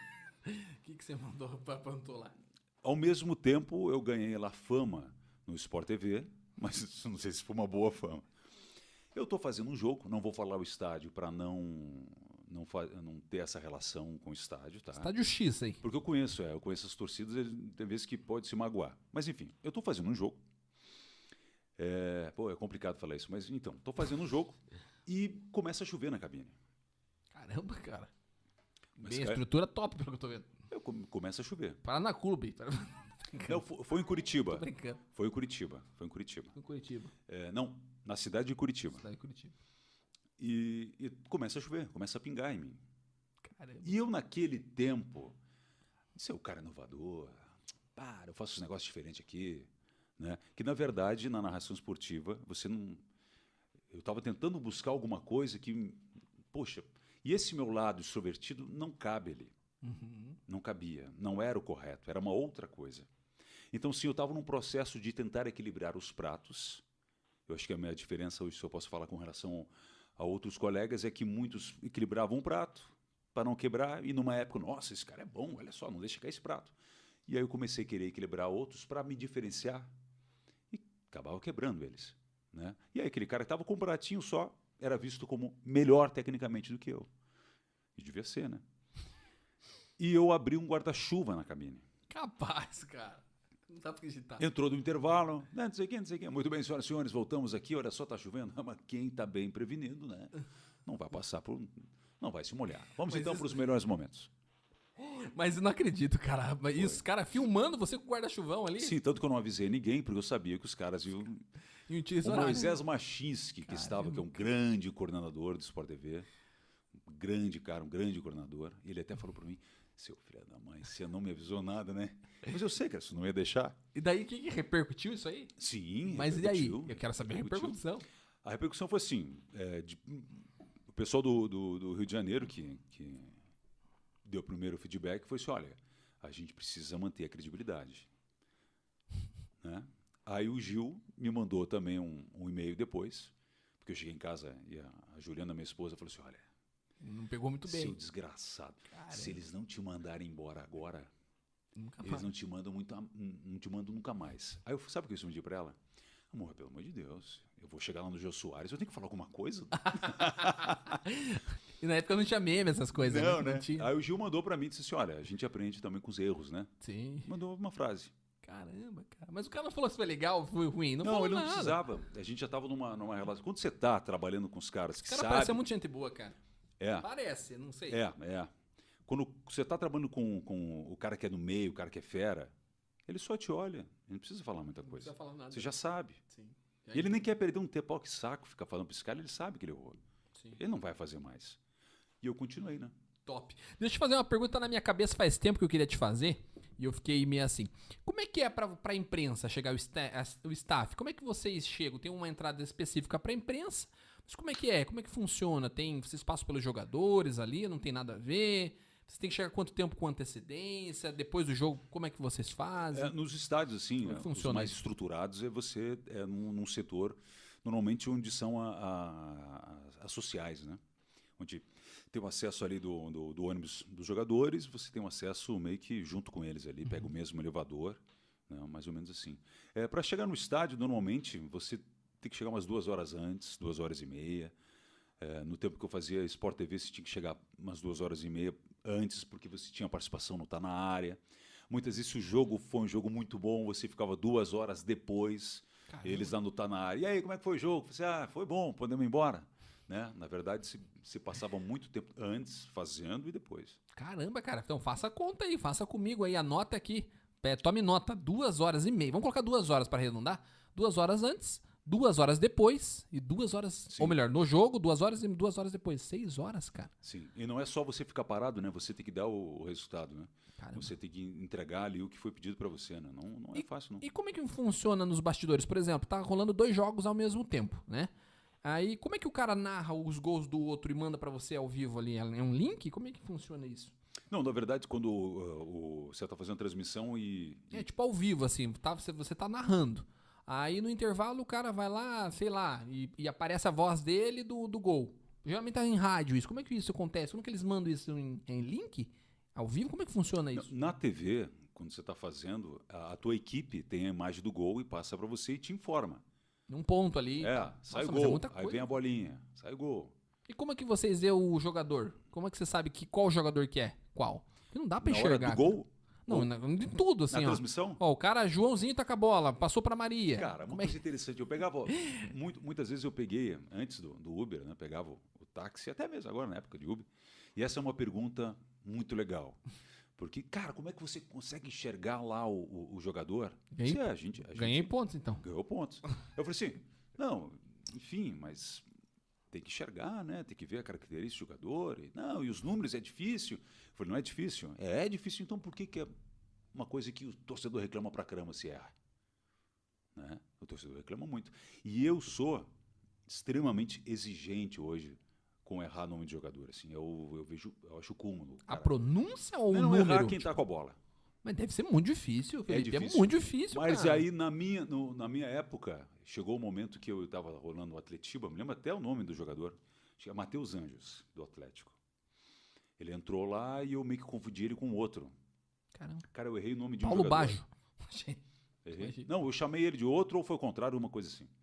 O que, que você mandou pra plantou lá? Ao mesmo tempo, eu ganhei lá fama no Sport T V, mas não sei se foi uma boa fama. Eu estou fazendo um jogo, não vou falar o estádio para não, não, fa- não ter essa relação com o estádio, tá? Estádio X aí. Porque eu conheço, é, eu conheço as torcidas, ele- tem vezes que pode se magoar. Mas enfim, eu estou fazendo um jogo. É, pô, é complicado falar isso, mas então, estou fazendo um jogo e começa a chover na cabine. Caramba, cara. Mas, Bem, a cara, estrutura top, pelo que eu tô vendo. eu come- começa a chover. Paraná Clube. Não, fo- foi em Curitiba. Tô brincando. Foi em Curitiba. Foi em Curitiba. Em Curitiba. É, não, na cidade de Curitiba. Cidade de Curitiba. E, e começa a chover, começa a pingar em mim. Caramba. E eu, naquele tempo, disse, o cara é inovador, para, eu faço uns negócios diferentes aqui. Né? Que, na verdade, na narração esportiva, você não... Eu estava tentando buscar alguma coisa que... Poxa, e esse meu lado extrovertido não cabe ali. Uhum. Não cabia, não era o correto, era uma outra coisa. Então, sim, eu estava num processo de tentar equilibrar os pratos. Eu acho que a minha diferença hoje, se eu posso falar com relação a outros colegas, é que muitos equilibravam um prato para não quebrar, e numa época, nossa, esse cara é bom, olha só, não deixa cair esse prato. E aí eu comecei a querer equilibrar outros para me diferenciar e acabava quebrando eles. Né? E aí aquele cara que estava com um pratinho só era visto como melhor tecnicamente do que eu. E devia ser, né? E eu abri um guarda-chuva na cabine. Capaz, cara. Não dá pra acreditar. Entrou do intervalo, né, não sei o que, não sei o que. Muito bem, senhoras e senhores, voltamos aqui. Olha só, tá chovendo. Ah, mas quem está bem prevenido, né? Não vai passar por... Não vai se molhar. Vamos Mas então isso- para os melhores momentos. Mas eu não acredito, cara. Mas Isso, cara, filmando você com o guarda-chuvão ali. Sim, tanto que eu não avisei ninguém, porque eu sabia que os caras iam... E um tiro O Moisés Machinski, que estava, que é um grande coordenador do Sport T V, um grande cara, um grande coordenador, ele até falou para mim, seu filho da mãe, você não me avisou nada, né? Mas eu sei, cara, você não ia deixar. E daí, o que, que repercutiu isso aí? Sim, Mas e aí? repercutiu, Eu quero saber a repercutiu. repercussão. A repercussão foi assim, é, de- o pessoal do, do, do Rio de Janeiro que, que deu o primeiro feedback foi assim, olha, a gente precisa manter a credibilidade. Né? Aí o Gil me mandou também um, um e-mail depois, porque eu cheguei em casa e a, a Juliana, minha esposa, falou assim, olha, não pegou muito bem. Seu desgraçado, Caramba. Se eles não te mandarem embora agora, Nunca eles mais. não te mandam muito, não te mandam nunca mais. Aí eu, sabe o que eu respondi pra ela? Amor, pelo amor de Deus, eu vou chegar lá no Jô Soares, eu tenho que falar alguma coisa? E na época não tinha meme, essas coisas, Não, né? né? Não tinha. Aí o Gil mandou pra mim e disse assim, olha, a gente aprende também com os erros, né? Sim. Mandou uma frase. Caramba, cara. Mas o cara não falou se foi legal, foi ruim. Não, Não, falou ele não nada. precisava. A gente já tava numa, numa relação. Quando você tá trabalhando com os caras que O cara sabem... parece ser muito gente boa, cara. É, Parece, não sei. é, é. Quando você tá trabalhando com, com o cara que é no meio, o cara que é fera, ele só te olha. Ele não precisa falar muita Não coisa. precisa falar nada. Você já sabe. Sim. E ele nem quer perder um tempo, ó, que saco ficar falando pra esse cara, ele sabe que ele errou. Sim. Ele não vai fazer mais. E eu continuei, né? Top. Deixa eu te fazer uma pergunta na minha cabeça faz tempo que eu queria te fazer. E eu fiquei meio assim. Como é que é pra, pra imprensa chegar o, sta o staff? Como é que vocês chegam? Tem uma entrada específica pra imprensa? Mas como é que é? Como é que funciona? Tem, vocês passam pelos jogadores ali? Não tem nada a ver? Vocês têm que chegar quanto tempo com antecedência? Depois do jogo, como é que vocês fazem? É, nos estádios, assim, Como é que os funciona mais isso? estruturados é você é num, num setor, normalmente onde são a, a, as sociais, né? Onde tem o acesso ali do, do, do ônibus dos jogadores, você tem um acesso meio que junto com eles ali, pega o mesmo elevador, né? Mais ou menos assim. É, para chegar no estádio, normalmente, você tem que chegar umas duas horas antes, duas horas e meia. É, no tempo que eu fazia Sport T V, você tinha que chegar umas duas horas e meia antes, porque você tinha participação no Tá Na Área. Muitas vezes, se o jogo foi um jogo muito bom, você ficava duas horas depois, Caramba. eles lá no Tá Na Área. E aí, como é que foi o jogo? Eu falei assim, ah, foi bom, podemos ir embora. Né? Na verdade, se, se passava muito tempo antes fazendo e depois. Caramba, cara. Então faça a conta aí, faça comigo aí, anota aqui. Pé, tome nota, duas horas e meia. Vamos colocar duas horas para arredondar? Duas horas antes, duas horas depois e duas horas... Sim. Ou melhor, no jogo, duas horas e duas horas depois. Seis horas, cara. Sim. E não é só você ficar parado, né? Você tem que dar o, o resultado, né? Caramba. Você tem que entregar ali o que foi pedido para você, né? Não, não é fácil, não. E como é que funciona nos bastidores? Por exemplo, tá rolando dois jogos ao mesmo tempo, né? Aí, como é que o cara narra os gols do outro e manda pra você ao vivo ali? É um link? Como é que funciona isso? Não, na verdade, quando uh, o, você está fazendo transmissão e... É tipo ao vivo, assim, tá, você, você tá narrando. Aí no intervalo o cara vai lá, sei lá, e, e aparece a voz dele do, do gol. Geralmente tá em rádio isso. Como é que isso acontece? Como é que eles mandam isso em, em link? Ao vivo? Como é que funciona isso? Na T V, quando você está fazendo, a, a tua equipe tem a imagem do gol e passa para você e te informa. Um ponto ali. É, Nossa, sai o mas é gol, muita aí coisa. vem a bolinha, sai o gol. E como é que vocês vê o jogador? Como é que você sabe que qual jogador que é? Qual? Porque não dá pra Na hora enxergar. do gol, Não, na- de tudo, assim, na ó. transmissão, Ó, o cara, Joãozinho tá com a bola, passou pra Maria. cara, uma Como é coisa interessante, eu pegava, muito, muitas vezes eu peguei, antes do, do Uber, né, pegava o, o táxi, até mesmo agora na época de Uber, e essa é uma pergunta muito legal. Porque, cara, como é que você consegue enxergar lá o, o, o jogador? Ganhei- Se é, a gente, a Ganhei gente pontos, então. ganhou pontos. Eu falei assim, não, enfim, mas tem que enxergar, né? Tem que ver a característica do jogador. E, não, e os números é difícil. Eu falei, não é difícil? É, é difícil, então por que, que é uma coisa que o torcedor reclama pra caramba se erra? Né? O torcedor reclama muito. E eu sou extremamente exigente hoje com errar nome de jogador. Assim, eu, eu vejo, eu acho o cúmulo. A cara. pronúncia ou o Não, número? errar quem tá com a bola. Mas deve ser muito difícil, Felipe. É, difícil. muito difícil, Mas cara. aí, na minha, no- na minha época, chegou o momento que eu estava rolando o Atletiba, me lembro até o nome do jogador, é Matheus Anjos, do Atlético. Ele entrou lá e eu meio que confundi ele com outro. Caramba. Cara, eu errei o nome de Paulo um jogador. Baggio. Errei. Imagina. Não, eu chamei ele de outro ou foi o contrário, uma coisa assim.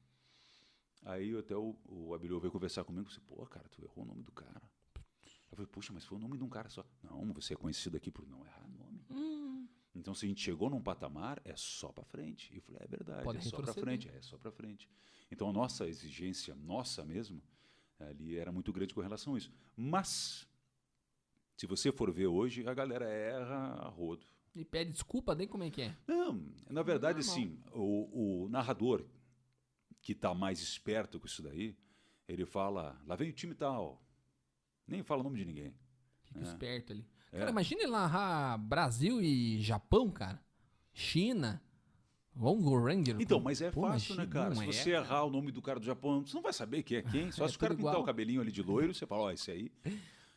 Aí até o, o Abelio veio conversar comigo e disse, pô, cara, tu errou o nome do cara. Eu falei, puxa, mas foi o nome de um cara só. Não, você é conhecido aqui por não errar nome. Hum, Então, se a gente chegou num patamar, é só para frente. E eu falei, é verdade, Pode é só para retroceder. frente, é só para frente. Então, a nossa exigência, nossa mesmo, ali era muito grande com relação a isso. Mas, se você for ver hoje, a galera erra a rodo. e pede desculpa, nem como é que é. Não, na verdade, Normal. assim, o, o narrador que está mais esperto com isso daí, ele fala, lá vem o time tal. Nem fala o nome de ninguém. Fica É. esperto ali. É. Cara, imagina ele narrar Brasil e Japão, cara. China. Longo Ranger. Então, mas é Pô, fácil, né, imagina, cara? não Se é, você cara. errar o nome do cara do Japão, você não vai saber quem é quem. Só É se o cara tudo pintar igual. o cabelinho ali de loiro, você fala, ó, esse aí.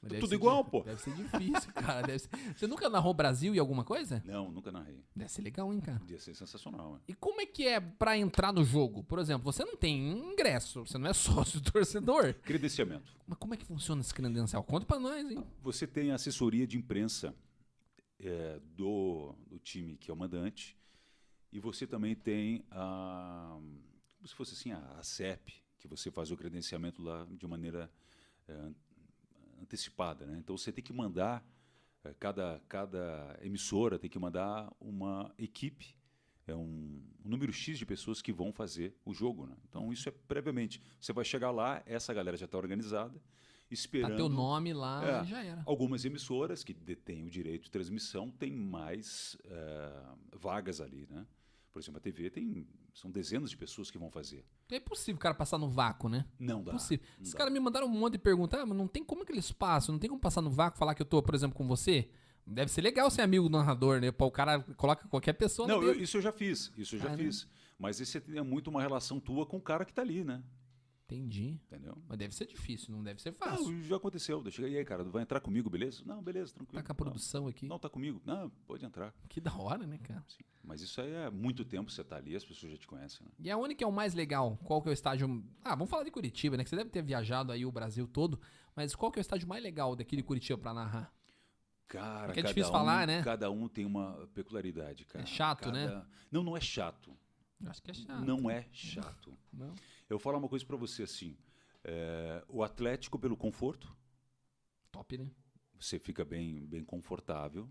Mas deve Tudo ser igual, di- pô. Deve ser difícil, cara. Deve ser... Você nunca narrou Brasil e alguma coisa? Não, nunca narrei. Deve ser legal, hein, cara? Ia ser sensacional. né? E como é que é pra entrar no jogo? Por exemplo, você não tem ingresso, você não é sócio torcedor. Credenciamento. Mas como é que funciona esse credencial? Conta pra nós, hein? Você tem a assessoria de imprensa é, do, do time que é o mandante e você também tem a, como se fosse assim, a, a C E P, que você faz o credenciamento lá de maneira é, antecipada, né? Então você tem que mandar, é, cada, cada emissora tem que mandar uma equipe, é um, um número X de pessoas que vão fazer o jogo, né? Então isso é previamente. Você vai chegar lá, essa galera já está organizada, esperando. Tá teu nome lá É, e já era. Algumas emissoras que detêm o direito de transmissão têm mais é, vagas ali, né? Por exemplo, a T V tem, são dezenas de pessoas que vão fazer. É impossível o cara passar no vácuo, né? Não dá. Impossível. não Os dá. caras me mandaram um monte de perguntas. Ah, mas não tem como que eles passam? Não tem como passar no vácuo, falar que eu tô, por exemplo, com você? Deve ser legal ser amigo do narrador, né? Pô, o cara coloca qualquer pessoa Não, no eu- dedo. isso eu já fiz, isso eu já Ah, né? fiz. Mas esse é muito uma relação tua com o cara que tá ali, né? Entendi. Entendeu? Mas deve ser difícil, não deve ser Não, fácil. já aconteceu. Eu cheguei, e aí, cara, vai entrar comigo, beleza? Não, beleza, tranquilo. Tá com a produção aqui. Não, não, tá comigo. Não, pode entrar. Que da hora, né, cara? Sim. Mas isso aí é muito tempo que você tá ali, as pessoas já te conhecem, né? E aonde que é o mais legal? Qual que é o estádio... Ah, vamos falar de Curitiba, né? Que você deve ter viajado aí o Brasil todo. Mas qual que é o estádio mais legal daqui de Curitiba pra narrar? Cara, É que é cada difícil um, falar, né? Cada um tem uma peculiaridade, cara. É chato, né? Cada- Não, não é chato. Eu acho que é chato. Não é chato. Não. Eu vou falar uma coisa pra você assim. é, o Atlético pelo conforto, Top, né? você fica bem, bem confortável.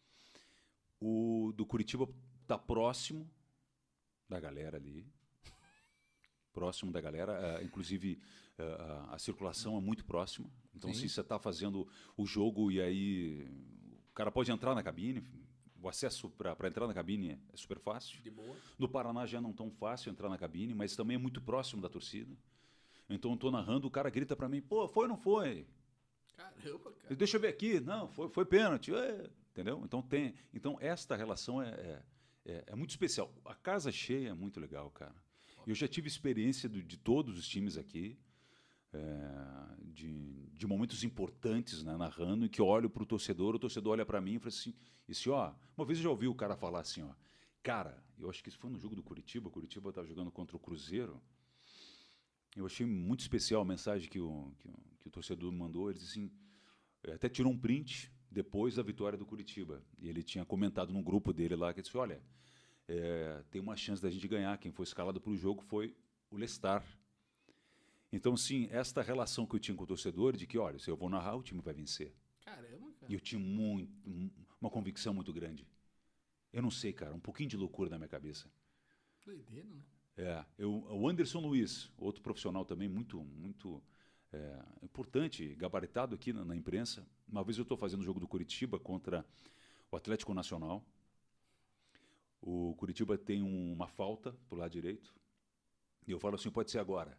O do Curitiba tá próximo da galera ali. Próximo da galera. eh, inclusive, eh, a, a circulação é muito próxima. Então, Sim. se você está fazendo o jogo e aí o cara pode entrar na cabine, o acesso para entrar na cabine é super fácil. De boa. No Paraná já não é tão fácil entrar na cabine, mas também é muito próximo da torcida. Então, eu estou narrando, o cara grita para mim, pô, foi ou não foi? Caramba, cara. Deixa eu ver aqui. Não, foi, foi pênalti. É, entendeu? Então, tem, então, esta relação é, é, é, é muito especial. A casa cheia é muito legal, cara. Eu já tive experiência do- de todos os times aqui, é, de, de momentos importantes, né, narrando, e que eu olho para o torcedor, o torcedor olha para mim e fala assim, esse, ó, uma vez eu já ouvi o cara falar assim, ó, cara, eu acho que isso foi no jogo do Curitiba, o Curitiba estava jogando contra o Cruzeiro, eu achei muito especial a mensagem que o, que o, que o torcedor me mandou, ele disse assim, ele até tirou um print depois da vitória do Curitiba, e ele tinha comentado num grupo dele lá, que ele disse, olha, é, tem uma chance da gente ganhar, quem foi escalado para o jogo foi o Lestar. Então, sim, esta relação que eu tinha com o torcedor, de que, olha, se eu vou narrar, o time vai vencer. Caramba, cara. E eu tinha muito, um- uma convicção muito grande. Eu não sei, cara, um pouquinho de loucura na minha cabeça. Doideira, né? É, eu, o Anderson Luiz, outro profissional também muito, muito é, importante, gabaritado aqui na, na imprensa. Uma vez eu estou fazendo o jogo do Curitiba contra o Atlético Nacional. O Curitiba tem um- uma falta pro lado direito. E eu falo assim, pode ser agora.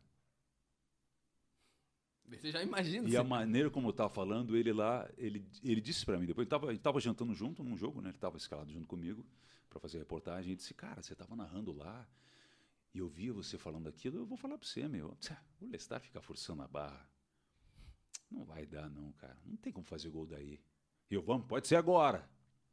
Você já imagina. E você- a maneira como eu estava falando, ele lá, ele, ele disse para mim, depois a gente estava jantando junto num jogo, né? Ele estava escalado junto comigo para fazer a reportagem, e disse, cara, você estava narrando lá, e eu via você falando aquilo, eu vou falar para você, meu, o Lestar fica forçando a barra. Não vai dar não, cara, não tem como fazer gol daí. E eu, vamos, pode ser agora.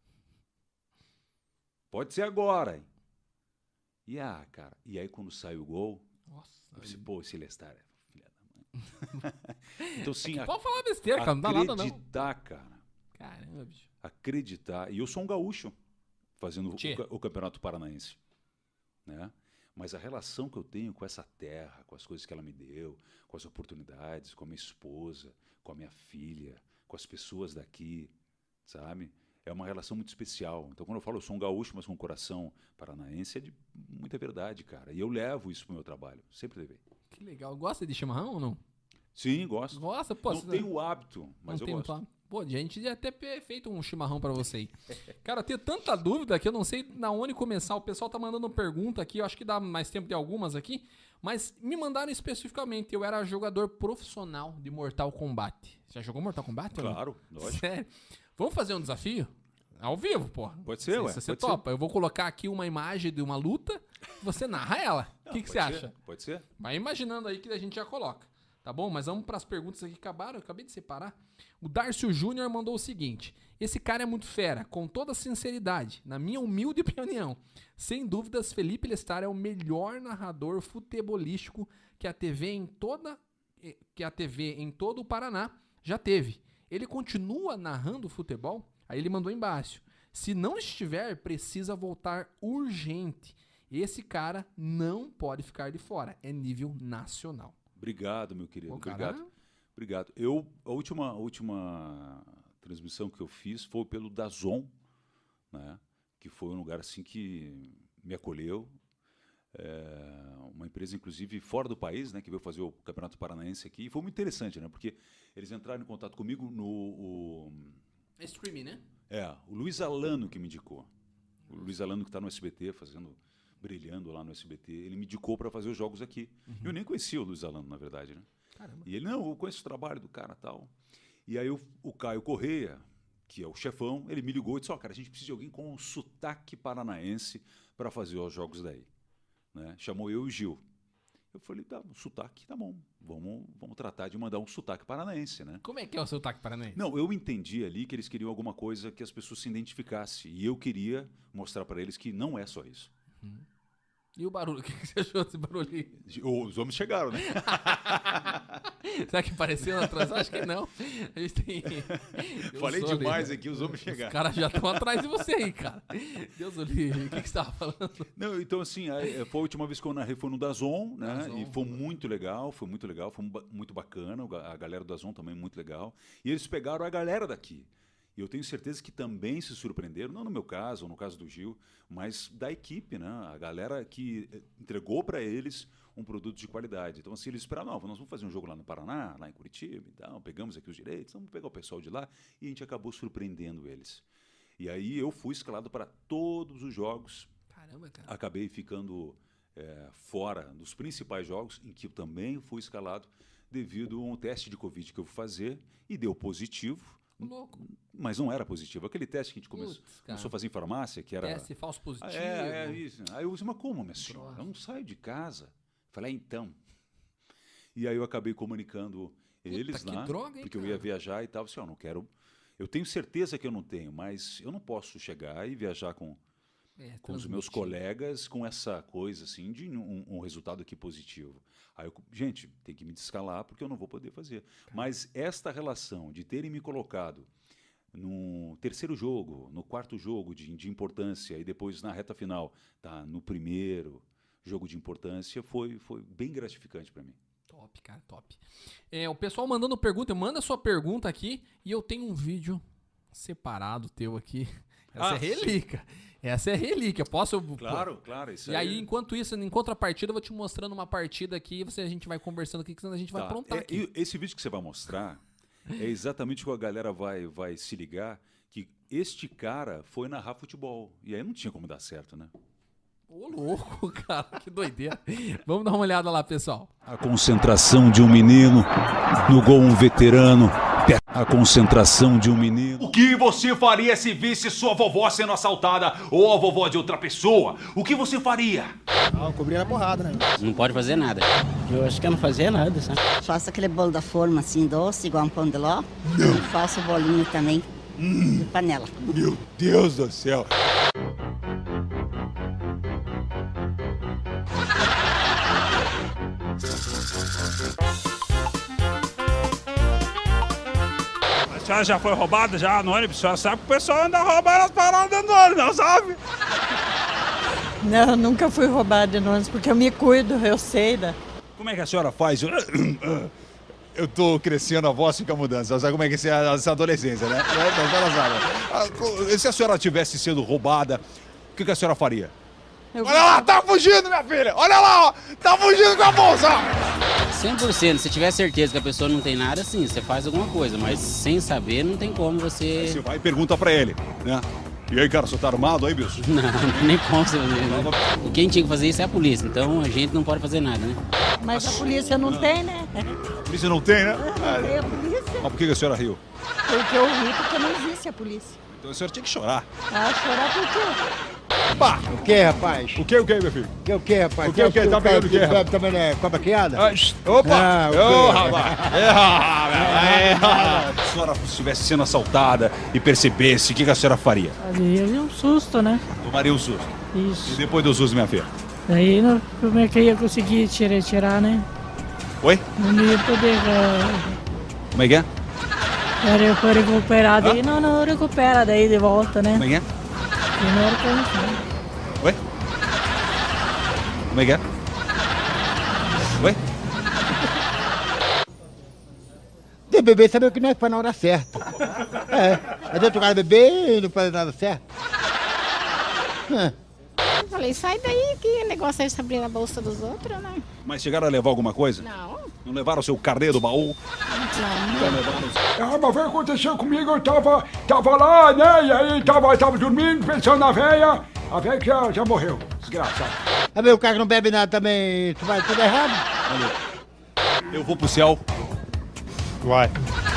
Pode ser agora, hein? E ah, cara, e aí quando sai o gol, Nossa. eu disse, pô, esse Lestar é filha da mãe. Então sim, a- Pode falar besteira, cara. Não dá nada, não. acreditar, cara. Caramba, bicho. Acreditar. E eu sou um gaúcho fazendo o, Tchê. ca- o Campeonato Paranaense. Né? Mas a relação que eu tenho com essa terra, com as coisas que ela me deu, com as oportunidades, com a minha esposa, com a minha filha, com as pessoas daqui, sabe? É uma relação muito especial. Então, quando eu falo eu sou um gaúcho, mas com um coração paranaense, é de muita verdade, cara. E eu levo isso pro meu trabalho. Sempre levei. Que legal. Gosta de chimarrão ou não? Sim, gosto. Gosta? Pô, Não você- tenho o hábito, mas não eu tem gosto. muito- Pô, a gente ia até ter feito um chimarrão pra você aí. Cara, eu tenho tanta dúvida que eu não sei na onde começar. O pessoal tá mandando pergunta aqui, eu acho que dá mais tempo de algumas aqui. Mas me mandaram especificamente, eu era jogador profissional de Mortal Kombat. Você já jogou Mortal Kombat? ou não? Claro, lógico. Sério? Vamos fazer um desafio? Ao vivo, pô. Pode ser, Se- ué, Se você pode ser. topa, eu vou colocar aqui uma imagem de uma luta, você narra ela. O que, que você Pode ser, acha? Pode ser? Vai imaginando aí que a gente já coloca. Tá bom? Mas vamos para as perguntas aqui que acabaram. Eu acabei de separar. O Darcio Júnior mandou o seguinte. Esse cara é muito fera, com toda sinceridade. Na minha humilde opinião. Sem dúvidas, Felipe Lestar é o melhor narrador futebolístico que a T V em toda... que a T V em todo o Paraná já teve. Ele continua narrando futebol? Aí ele mandou embaixo. Se não estiver, precisa voltar urgente. Esse cara não pode ficar de fora. É nível nacional. Obrigado, meu querido. Bom, Obrigado. cara... Obrigado. Eu, a última, a última transmissão que eu fiz foi pelo DAZN, né? Que foi um lugar assim que me acolheu. É, uma empresa, inclusive, fora do país, né, que veio fazer o Campeonato Paranaense aqui. E foi muito interessante, né? Porque eles entraram em contato comigo no... O, é streaming, né? É, o Luiz Alano que me indicou. O Luiz Alano que está no S B T, fazendo, brilhando lá no S B T, ele me indicou para fazer os jogos aqui. Uhum. Eu nem conhecia o Luiz Alano, na verdade, né? Caramba. E ele, não, eu conheço o trabalho do cara e tal. E aí o, o Caio Correia, que é o chefão, ele me ligou e disse, ó, oh, cara, a gente precisa de alguém com um sotaque paranaense para fazer os jogos daí. Né? Chamou eu e o Gil. Eu falei, tá, um sotaque, tá bom. Vamos, vamos tratar de mandar um sotaque paranaense, né? Como é que é o sotaque paranaense? Não, eu entendi ali que eles queriam alguma coisa que as pessoas se identificassem. E eu queria mostrar para eles que não é só isso. Uhum. E o barulho? O que você achou desse barulhinho? Os homens chegaram, né? Será que pareceu na transação? Acho que não. A gente tem... Falei Deus demais olhe, aqui, os homens chegaram. Os caras já estão atrás de você aí, cara. Deus o livre. O que, que você estava falando? Não, então assim, a, foi a última vez que eu narrei foi no DAZN, né? DAZN, e foi muito legal, foi muito legal, foi muito bacana. A galera do DAZN também muito legal. E eles pegaram a galera daqui. E eu tenho certeza que também se surpreenderam, não no meu caso, ou no caso do Gil, mas da equipe, né? A galera que entregou para eles um produto de qualidade. Então, assim, eles esperaram, não, nós vamos fazer um jogo lá no Paraná, lá em Curitiba, então, pegamos aqui os direitos, vamos pegar o pessoal de lá, e a gente acabou surpreendendo eles. E aí eu fui escalado para todos os jogos. Caramba, cara. Acabei ficando é, fora dos principais jogos, em que eu também fui escalado devido a um teste de Covid que eu fui fazer, e deu positivo. Louco. Mas não era positivo. Aquele teste que a gente começou, Putz, começou a fazer em farmácia, que era... Teste falso positivo. É, é isso. Aí eu disse, mas como, minha senhora? Eu não saio de casa. Falei, ah, então. E aí eu acabei comunicando Puta, eles lá, droga, hein, porque cara? eu ia viajar e tal. Eu disse, ó, não quero... Eu tenho certeza que eu não tenho, mas eu não posso chegar e viajar com, é, com os meus colegas com essa coisa assim de um, um resultado aqui positivo. Aí eu, gente, tem que me descalar porque eu não vou poder fazer. Mas esta relação de terem me colocado no terceiro jogo, no quarto jogo de, de importância e depois na reta final, tá, no primeiro jogo de importância, foi, foi bem gratificante para mim. Top, cara, top. É, o pessoal mandando pergunta, manda sua pergunta aqui e eu tenho um vídeo separado teu aqui. Essa ah, é relíquia. Sim. Essa é relíquia. Posso... Claro, claro. Isso e aí, aí, enquanto isso, enquanto a partida, eu vou te mostrando uma partida aqui, você, a gente vai conversando aqui, senão a gente vai tá. aprontar é, aqui. Esse vídeo que você vai mostrar é exatamente o que a galera vai, vai se ligar, que este cara foi narrar futebol. E aí não tinha como dar certo, né? Ô, louco, cara, que doideira. Vamos dar uma olhada lá, pessoal. A concentração de um menino, no gol um veterano, a concentração de um menino. O que você faria se visse sua vovó sendo assaltada ou a vovó de outra pessoa? O que você faria? Não, cobrir na porrada, né? Não pode fazer nada. Eu acho que eu não fazia nada, sabe? Faço aquele bolo da forma assim, doce, igual um pão de ló. Não. E faço o bolinho também, hum. de panela. Meu Deus do céu. A senhora já foi roubada já no ônibus? A senhora sabe que o pessoal anda roubando as paradas dentro do ônibus, não sabe? Não, nunca fui roubada no ônibus, porque eu me cuido, eu sei, né? Como é que a senhora faz? Eu tô crescendo, a voz fica mudando. Você sabe como é que é essa adolescência, né? Se a senhora tivesse sido roubada, o que a senhora faria? Eu... Olha lá, tá fugindo, minha filha! Olha lá, ó, tá fugindo com a bolsa! cem por cento, se tiver certeza que a pessoa não tem nada, sim, você faz alguma coisa, mas sem saber não tem como você... Você vai e pergunta pra ele, né? E aí, cara, você tá armado aí, bicho? Não, nem como você fazer, né? Quem tinha que fazer isso é a polícia, então a gente não pode fazer nada, né? Mas a polícia não, não. tem, né? A polícia não tem, né? Não tem a polícia. Mas por que a senhora riu? Porque eu ri porque não existe a polícia. Então o senhor tinha que chorar. Ah, chorar por quê? Pá! O que, rapaz? O que, o que, meu filho? O que, o que, rapaz? O que, o que? Tá pegando o quê, rapaz? Também é cobra criada? Ah, opa! Ah, o quê? Ô, rapaz! É, rapaz! É, rapaz! Se a senhora estivesse sendo assaltada e percebesse, o que, que a senhora faria? Ali é um susto, né? Tomaria um susto. Isso. E depois do susto, minha filha? Daí não, como é que eu ia conseguir tirar, tirar né? Oi? Não ia poder. Uh, Como é que é? Era eu for recuperar daí, não, não recupera daí de volta, né? Como é que é? E não era como Oi? Como é que é? Oi? De beber sabe o que não é que faz na hora certa. É, adianta o cara beber e não faz nada certo. É. Eu falei, sai daí, que negócio é esse abrir a bolsa dos outros, né? Mas chegaram a levar alguma coisa? Não. Não levaram o seu carnê do baú? Não, não levaram. Ah, mas foi aconteceu comigo, eu tava, tava lá, né? E aí tava, tava dormindo, pensando na véia. A véia que já, já morreu, desgraçado. Ah, meu, o cara que não bebe nada também, tu vai tudo errado? Eu vou pro céu. Vai.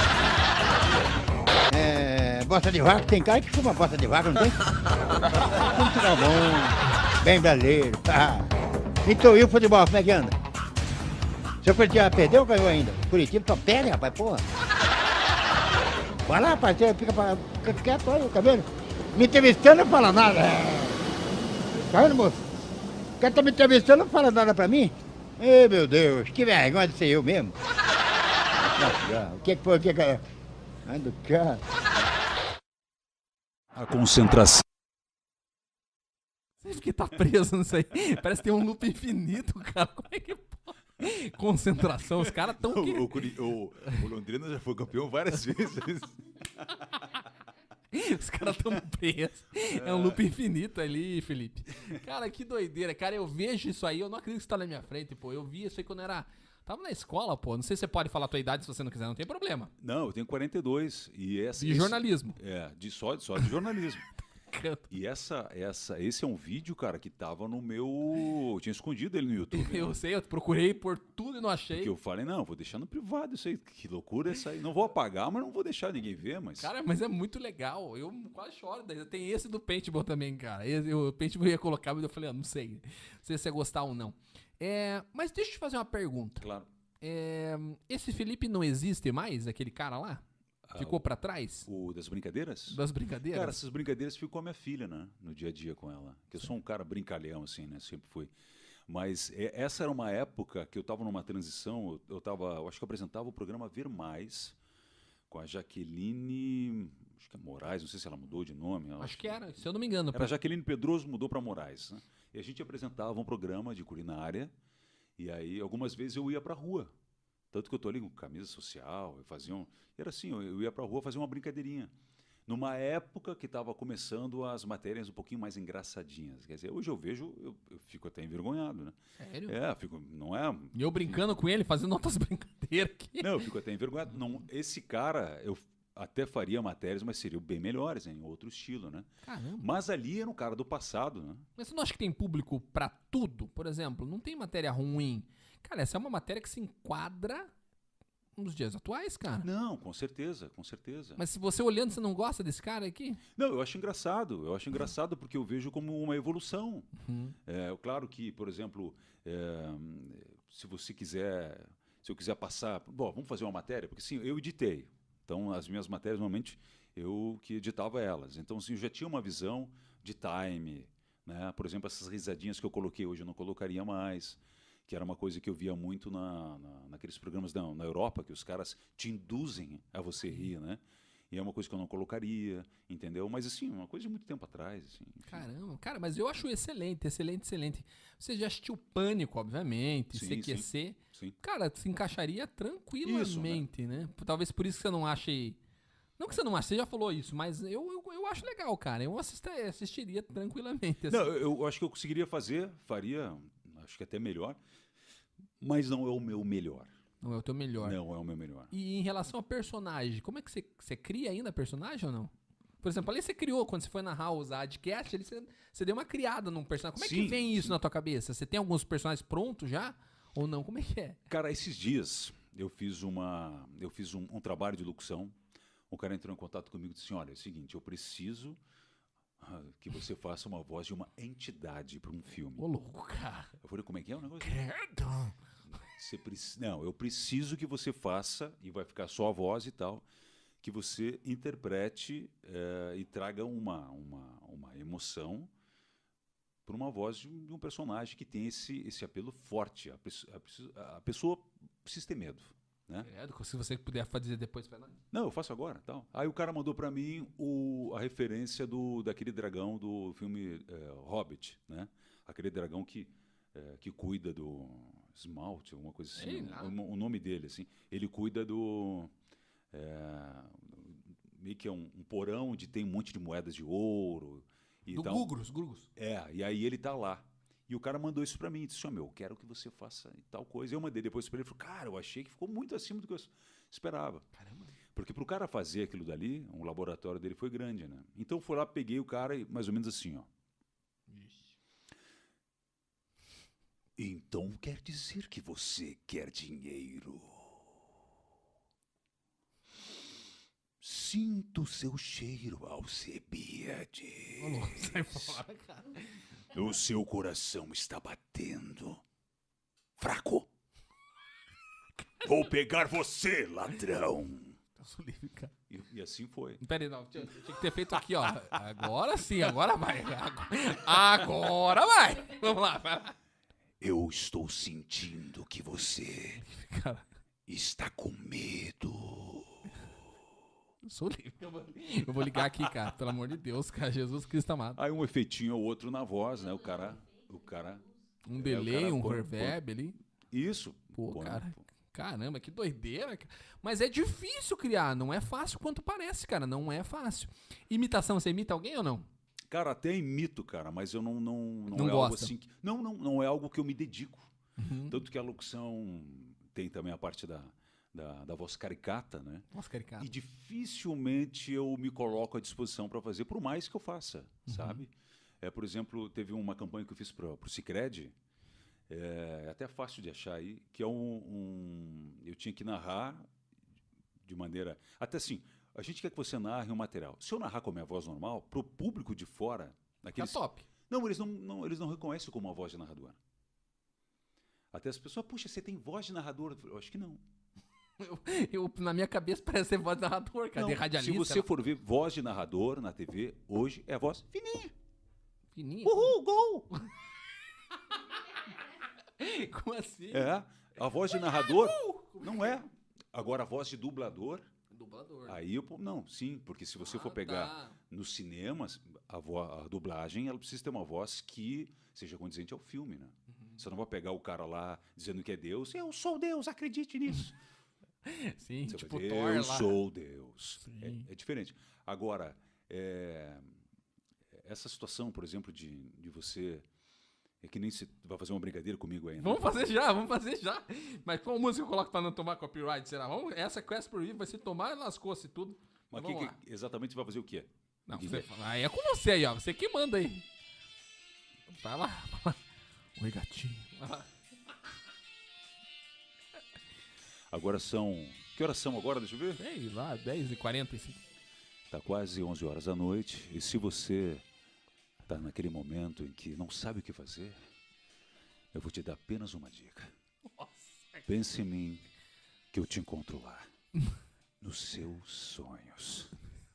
É, bosta de vaca, tem cara que fuma bosta de vaca, não tem? Muito tá bom, bem brasileiro. Ah. Então, e o futebol, como é que anda? Seu Curitiba perdeu ou ganhou ainda? Curitiba só perde, rapaz, porra. Vai lá, rapaz, você fica, pra, fica quieto aí, tá vendo? Me entrevistando não fala nada. Tá vendo, moço? O cara tá me entrevistando não fala nada pra mim? Ei, meu Deus, que vergonha de ser eu mesmo. O que que foi? O que que é? Ai, do cara. A concentração. Você que tá preso nisso aí. Parece que tem um loop infinito, cara. Como é que pode? Concentração, os caras tão... O, o, o, o Londrina já foi campeão várias vezes. Os caras tão presos. É um loop infinito ali, Felipe. Cara, que doideira. Cara, eu vejo isso aí, eu não acredito que você tá na minha frente, pô. Eu vi isso aí quando era... Tava na escola, pô. Não sei se você pode falar a tua idade se você não quiser, não tem problema. Não, eu tenho quarenta e dois. E essa, de esse, jornalismo. É, de só, só de jornalismo. E essa, essa, esse é um vídeo, cara, que tava no meu... Eu tinha escondido ele no YouTube. Eu né? sei, eu procurei por tudo e não achei. Porque eu falei, não, vou deixar no privado isso aí. Que loucura essa aí. Não vou apagar, mas não vou deixar ninguém ver, mas... Cara, mas é muito legal. Eu quase choro. Daí. Tem esse do Paintball também, cara. Esse, o Paintball ia colocar, mas eu falei, ah, não sei. Não sei se você ia gostar ou não. É, mas deixa eu te fazer uma pergunta. Claro. É, esse Felipe não existe mais, aquele cara lá? Ficou pra trás? O das brincadeiras? Das brincadeiras? Cara, essas brincadeiras ficou a minha filha, né? No dia a dia com ela. Que eu sou um cara brincalhão, assim, né? Sempre fui. Mas é, essa era uma época que eu tava numa transição, eu, eu tava, eu acho que eu apresentava o programa Ver Mais com a Jaqueline, acho que é Moraes, não sei se ela mudou de nome. Acho, acho que era, se eu não me engano. Era a Jaqueline Pedroso, mudou pra Moraes, né? E a gente apresentava um programa de culinária e aí algumas vezes eu ia pra rua. Tanto que eu tô ali com camisa social, eu fazia um... Era assim, eu ia pra rua fazer uma brincadeirinha. Numa época que estava começando as matérias um pouquinho mais engraçadinhas. Quer dizer, hoje eu vejo, eu, eu fico até envergonhado, né? Sério? É, fico, não é... E eu brincando com ele, fazendo outras brincadeiras aqui. Não, eu fico até envergonhado. Não, esse cara, eu até faria matérias, mas seriam bem melhores, em outro estilo, né? Caramba. Mas ali era um cara do passado, né? Mas você não acha que tem público pra tudo? Por exemplo, não tem matéria ruim... Cara, essa é uma matéria que se enquadra nos dias atuais, cara. Não, com certeza, com certeza. Mas se você olhando, você não gosta desse cara aqui? Não, eu acho engraçado. Eu acho engraçado porque eu vejo como uma evolução. Uhum. É, claro que, por exemplo, é, se você quiser, se eu quiser passar... Bom, vamos fazer uma matéria? Porque sim, eu editei. Então, as minhas matérias, normalmente, eu que editava elas. Então, assim, eu já tinha uma visão de time, né? Por exemplo, essas risadinhas que eu coloquei hoje, eu não colocaria mais. Que era uma coisa que eu via muito na, na, naqueles programas da, na Europa, que os caras te induzem a você rir, né? E é uma coisa que eu não colocaria, entendeu? Mas, assim, uma coisa de muito tempo atrás. Assim, caramba, cara, mas eu acho excelente, excelente, excelente. Você já assistiu Pânico, obviamente, sim, C Q C. Sim, sim. Cara, se encaixaria tranquilamente, isso, né? né? Talvez por isso que você não ache... Não que você não ache, você já falou isso, mas eu, eu, eu acho legal, cara. Eu assista, assistiria tranquilamente. Assim. Não, eu, eu acho que eu conseguiria fazer, faria... Acho que até melhor, mas não é o meu melhor. Não é o teu melhor. Não é o meu melhor. E em relação a personagem, como é que você, você cria ainda personagem ou não? Por exemplo, ali você criou, quando você foi narrar os Adcast, ali você, você deu uma criada num personagem. Como é sim, que vem isso sim. na tua cabeça? Você tem alguns personagens prontos já? Ou não? Como é que é? Cara, esses dias eu fiz, uma, eu fiz um, um trabalho de locução o cara entrou em contato comigo e disse assim, olha, é o seguinte, eu preciso ah, que você faça uma voz de uma entidade para um filme. Ô, louco, cara. Eu falei, como é que é o negócio? Credo. Você preci... Não, eu preciso que você faça, e vai ficar só a voz e tal, que você interprete eh, e traga uma, uma, uma emoção para uma voz de um, de um personagem que tem esse, esse apelo forte. A, peço- a peço- a pessoa precisa ter medo. Né? Credo, se você puder fazer depois pra nós. Não, eu faço agora. Tal. Aí o cara mandou para mim o, a referência do, daquele dragão do filme eh, Hobbit, né? Aquele dragão que, eh, que cuida do esmalte, alguma coisa assim. Sei o, lá. o- o nome dele, assim. Ele cuida do... eh, meio que é um, um porão onde tem um monte de moedas de ouro. E Do tal. Gugros, Gugros. É, e aí ele tá lá. E o cara mandou isso pra mim, disse, ó, meu, eu quero que você faça tal coisa. Eu mandei depois pra ele, ele falou, cara, eu achei que ficou muito acima do que eu esperava. Caramba. Porque pro cara fazer aquilo dali, o laboratório dele foi grande, né? Então fui lá, peguei o cara e mais ou menos assim, ó. Então quer dizer que você quer dinheiro. Sinto o seu cheiro, Alcebiades. Ô, louco, sai fora, cara. O seu coração está batendo. Fraco? Vou pegar você, ladrão. Eu sou livre, cara. E, e assim foi. Pera aí, não. Tinha, tinha que ter feito aqui, ó. Agora sim, agora vai. Agora vai. Vamos lá, vai lá. Eu estou sentindo que você Cara, está com medo. eu sou livre. Eu vou, eu vou ligar aqui, cara. Pelo amor de Deus, cara. Jesus Cristo amado. Aí um efeitinho ou outro na voz, né? O cara... O cara Um é, o delay, cara um põe- reverb ali. Isso. Pô, põe- cara. Caramba, que doideira. cara. Mas é difícil criar. Não é fácil quanto parece, cara. Não é fácil. Imitação, você imita alguém ou não? Cara, até imito, cara, mas eu não não não, Não é algo gosta. assim. Que, não, não, não é algo que eu me dedico. Uhum. Tanto que a locução tem também a parte da, da, da voz caricata, né? Voz caricata. E dificilmente eu me coloco à disposição para fazer, por mais que eu faça, Uhum. sabe? É, por exemplo, teve uma campanha que eu fiz para o Sicredi, é até fácil de achar aí, que é um, um- eu tinha que narrar de maneira, até assim, a gente quer que você narre um material. Se eu narrar com a minha voz normal, pro público de fora, naqueles, Tá top. não, eles não, não, eles não reconhecem como uma voz de narrador. Até as pessoas, puxa, você tem voz de narrador? Eu acho que não. Eu, eu- na minha cabeça parece ser voz de narrador, cara. Não, De radialista. se você sei lá. for ver voz de narrador na T V, hoje é a voz fininha. Fininho. Uhul, gol! Como assim? É, a voz de narrador não é. Agora a voz de dublador, Dublador. aí eu, pô, não, sim, porque se você for pegar tá. nos cinemas, a, vo- a dublagem, ela precisa ter uma voz que seja condizente ao filme, né? Você não vai pegar o cara lá dizendo que é Deus, eu sou Deus, acredite nisso. Sim, Você tipo vai dizer, Thor eu lá. sou Deus. Sim. É, é diferente. Agora, é, essa situação, por exemplo, de, de você... É que nem você vai fazer uma brincadeira comigo aí, né? Vamos fazer já, vamos fazer já. Mas qual música eu coloco pra não tomar copyright? Será? Vamos, essa Quest por Vivo vai se tomar e lascou-se tudo. Mas Então que, vamos lá. que- exatamente você vai fazer o quê? Não, Me você, diga. aí é com você aí, ó. Você que manda aí. Vai lá, vai lá. Oi, gatinho. Vai lá. Agora são... Que horas são agora? Deixa eu ver. Sei lá, dez e quarenta e cinco. Tá quase onze horas da noite. E se você tá naquele momento em que não sabe o que fazer, eu vou te dar apenas uma dica. Pense em mim, que eu te encontro lá. Nos seus sonhos.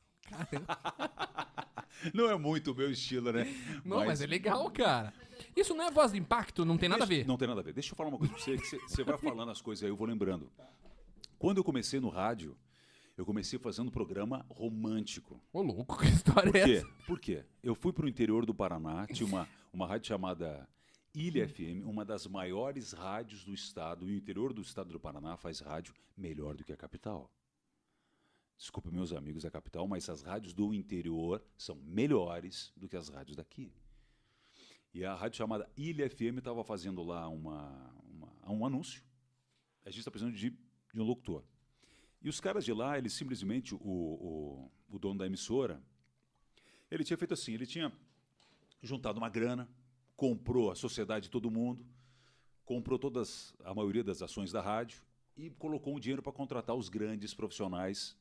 Não é muito o meu estilo, né? Não, mas... é legal, cara. Isso não é voz de impacto, não tem nada a Deixa- ver. Não tem nada a ver. Deixa eu falar uma coisa pra você, que você, você vai falando as coisas aí, eu vou lembrando. Quando eu comecei no rádio, eu comecei fazendo programa romântico. Ô, louco, que história Por é quê? essa? Por quê? Eu fui pro interior do Paraná, tinha uma, uma rádio chamada Ilha F M, uma das maiores rádios do estado. E o interior do estado do Paraná faz rádio melhor do que a capital. Desculpe meus amigos da capital, mas as rádios do interior são melhores do que as rádios daqui. E a rádio chamada Ilha F M estava fazendo lá uma, uma- um anúncio. A gente está precisando de, de um locutor. E os caras de lá, eles simplesmente, o, o, o dono da emissora, ele tinha feito assim, ele tinha juntado uma grana, comprou a sociedade de todo mundo, comprou todas, a maioria das ações da rádio e colocou um dinheiro para contratar os grandes profissionais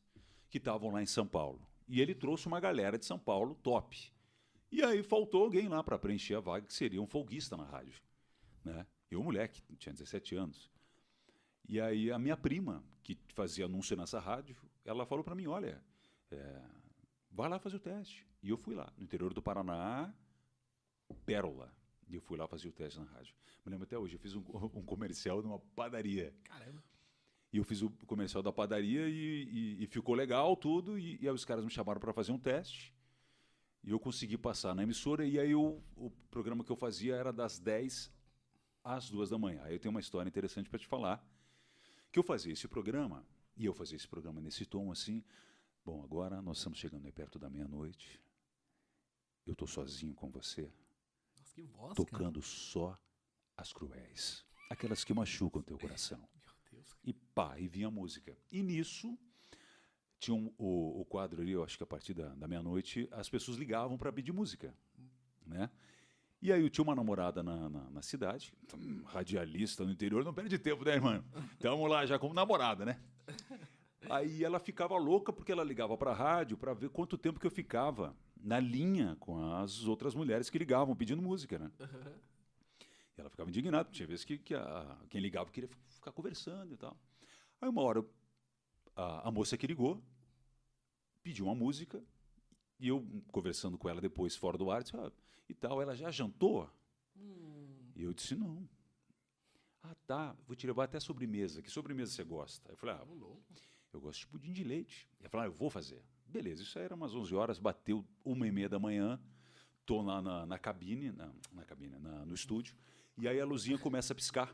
que estavam lá em São Paulo. E ele trouxe uma galera de São Paulo top. E aí faltou alguém lá para preencher a vaga, que seria um folguista na rádio. Né? Eu, moleque, tinha dezessete anos. E aí a minha prima, que fazia anúncio nessa rádio, ela falou para mim, olha, é, vai lá fazer o teste. E eu fui lá, no interior do Paraná, Pérola. E eu fui lá fazer o teste na rádio. Me lembro até hoje, eu fiz um, um comercial numa padaria. Caramba. E eu fiz o comercial da padaria e, e, e ficou legal tudo. E, e aí os caras me chamaram para fazer um teste. E eu consegui passar na emissora. E aí eu, o programa que eu fazia era das dez às duas da manhã. Aí eu tenho uma história interessante para te falar. Que eu fazia esse programa, e eu fazia esse programa nesse tom assim. Bom, agora nós estamos chegando aí perto da meia-noite. Eu estou sozinho com você. Nossa, que voz, tocando cara. Só as cruéis. Aquelas que machucam teu coração. Meu Deus. E pá, e vinha a música. E nisso, tinha um, o, o quadro ali, eu acho que a partir da, da meia-noite, as pessoas ligavam para pedir música. Né? E aí eu tinha uma namorada na, na, na cidade, um radialista no interior, não perde tempo, né, irmão? Estamos lá já como namorada, né? Aí ela ficava louca porque ela ligava para a rádio para ver quanto tempo que eu ficava na linha com as outras mulheres que ligavam pedindo música, né? Uhum. E ela ficava indignada, tinha vezes que, que a, quem ligava queria ficar conversando e tal. Aí uma hora a, a moça que ligou pediu uma música e eu conversando com ela depois fora do ar, disse, ah, e tal, ela já jantou? Hum. E eu disse, não. Ah, tá, vou te levar até a sobremesa. Que sobremesa você gosta? Eu falei, ah, eu gosto de pudim de leite. Ela falou, ah, eu vou fazer. Beleza, isso aí era umas onze horas, bateu uma e meia da manhã, tô lá na, na cabine, na, na cabine, na, no estúdio, e aí a luzinha começa a piscar.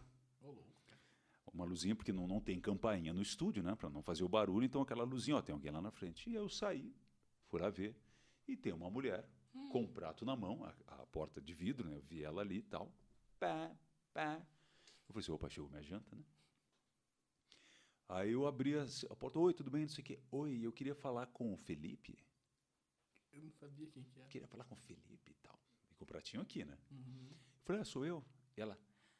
Uma luzinha, porque não, não tem campainha no estúdio, né, para não fazer o barulho, então aquela luzinha, ó, tem alguém lá na frente. E eu saí, fui lá ver, e tem uma mulher hum. com um prato na mão, a, a porta de vidro, né, eu vi ela ali e tal, pá, pá. Eu falei assim, opa, chegou minha janta, né? Aí eu abri a, a porta, oi, tudo bem, não sei o quê. Oi, eu queria falar com o Felipe. Eu não sabia quem que era. Eu queria falar com o Felipe e tal. E com o pratinho aqui, né? Uhum. Eu falei, ah, sou eu. E ela...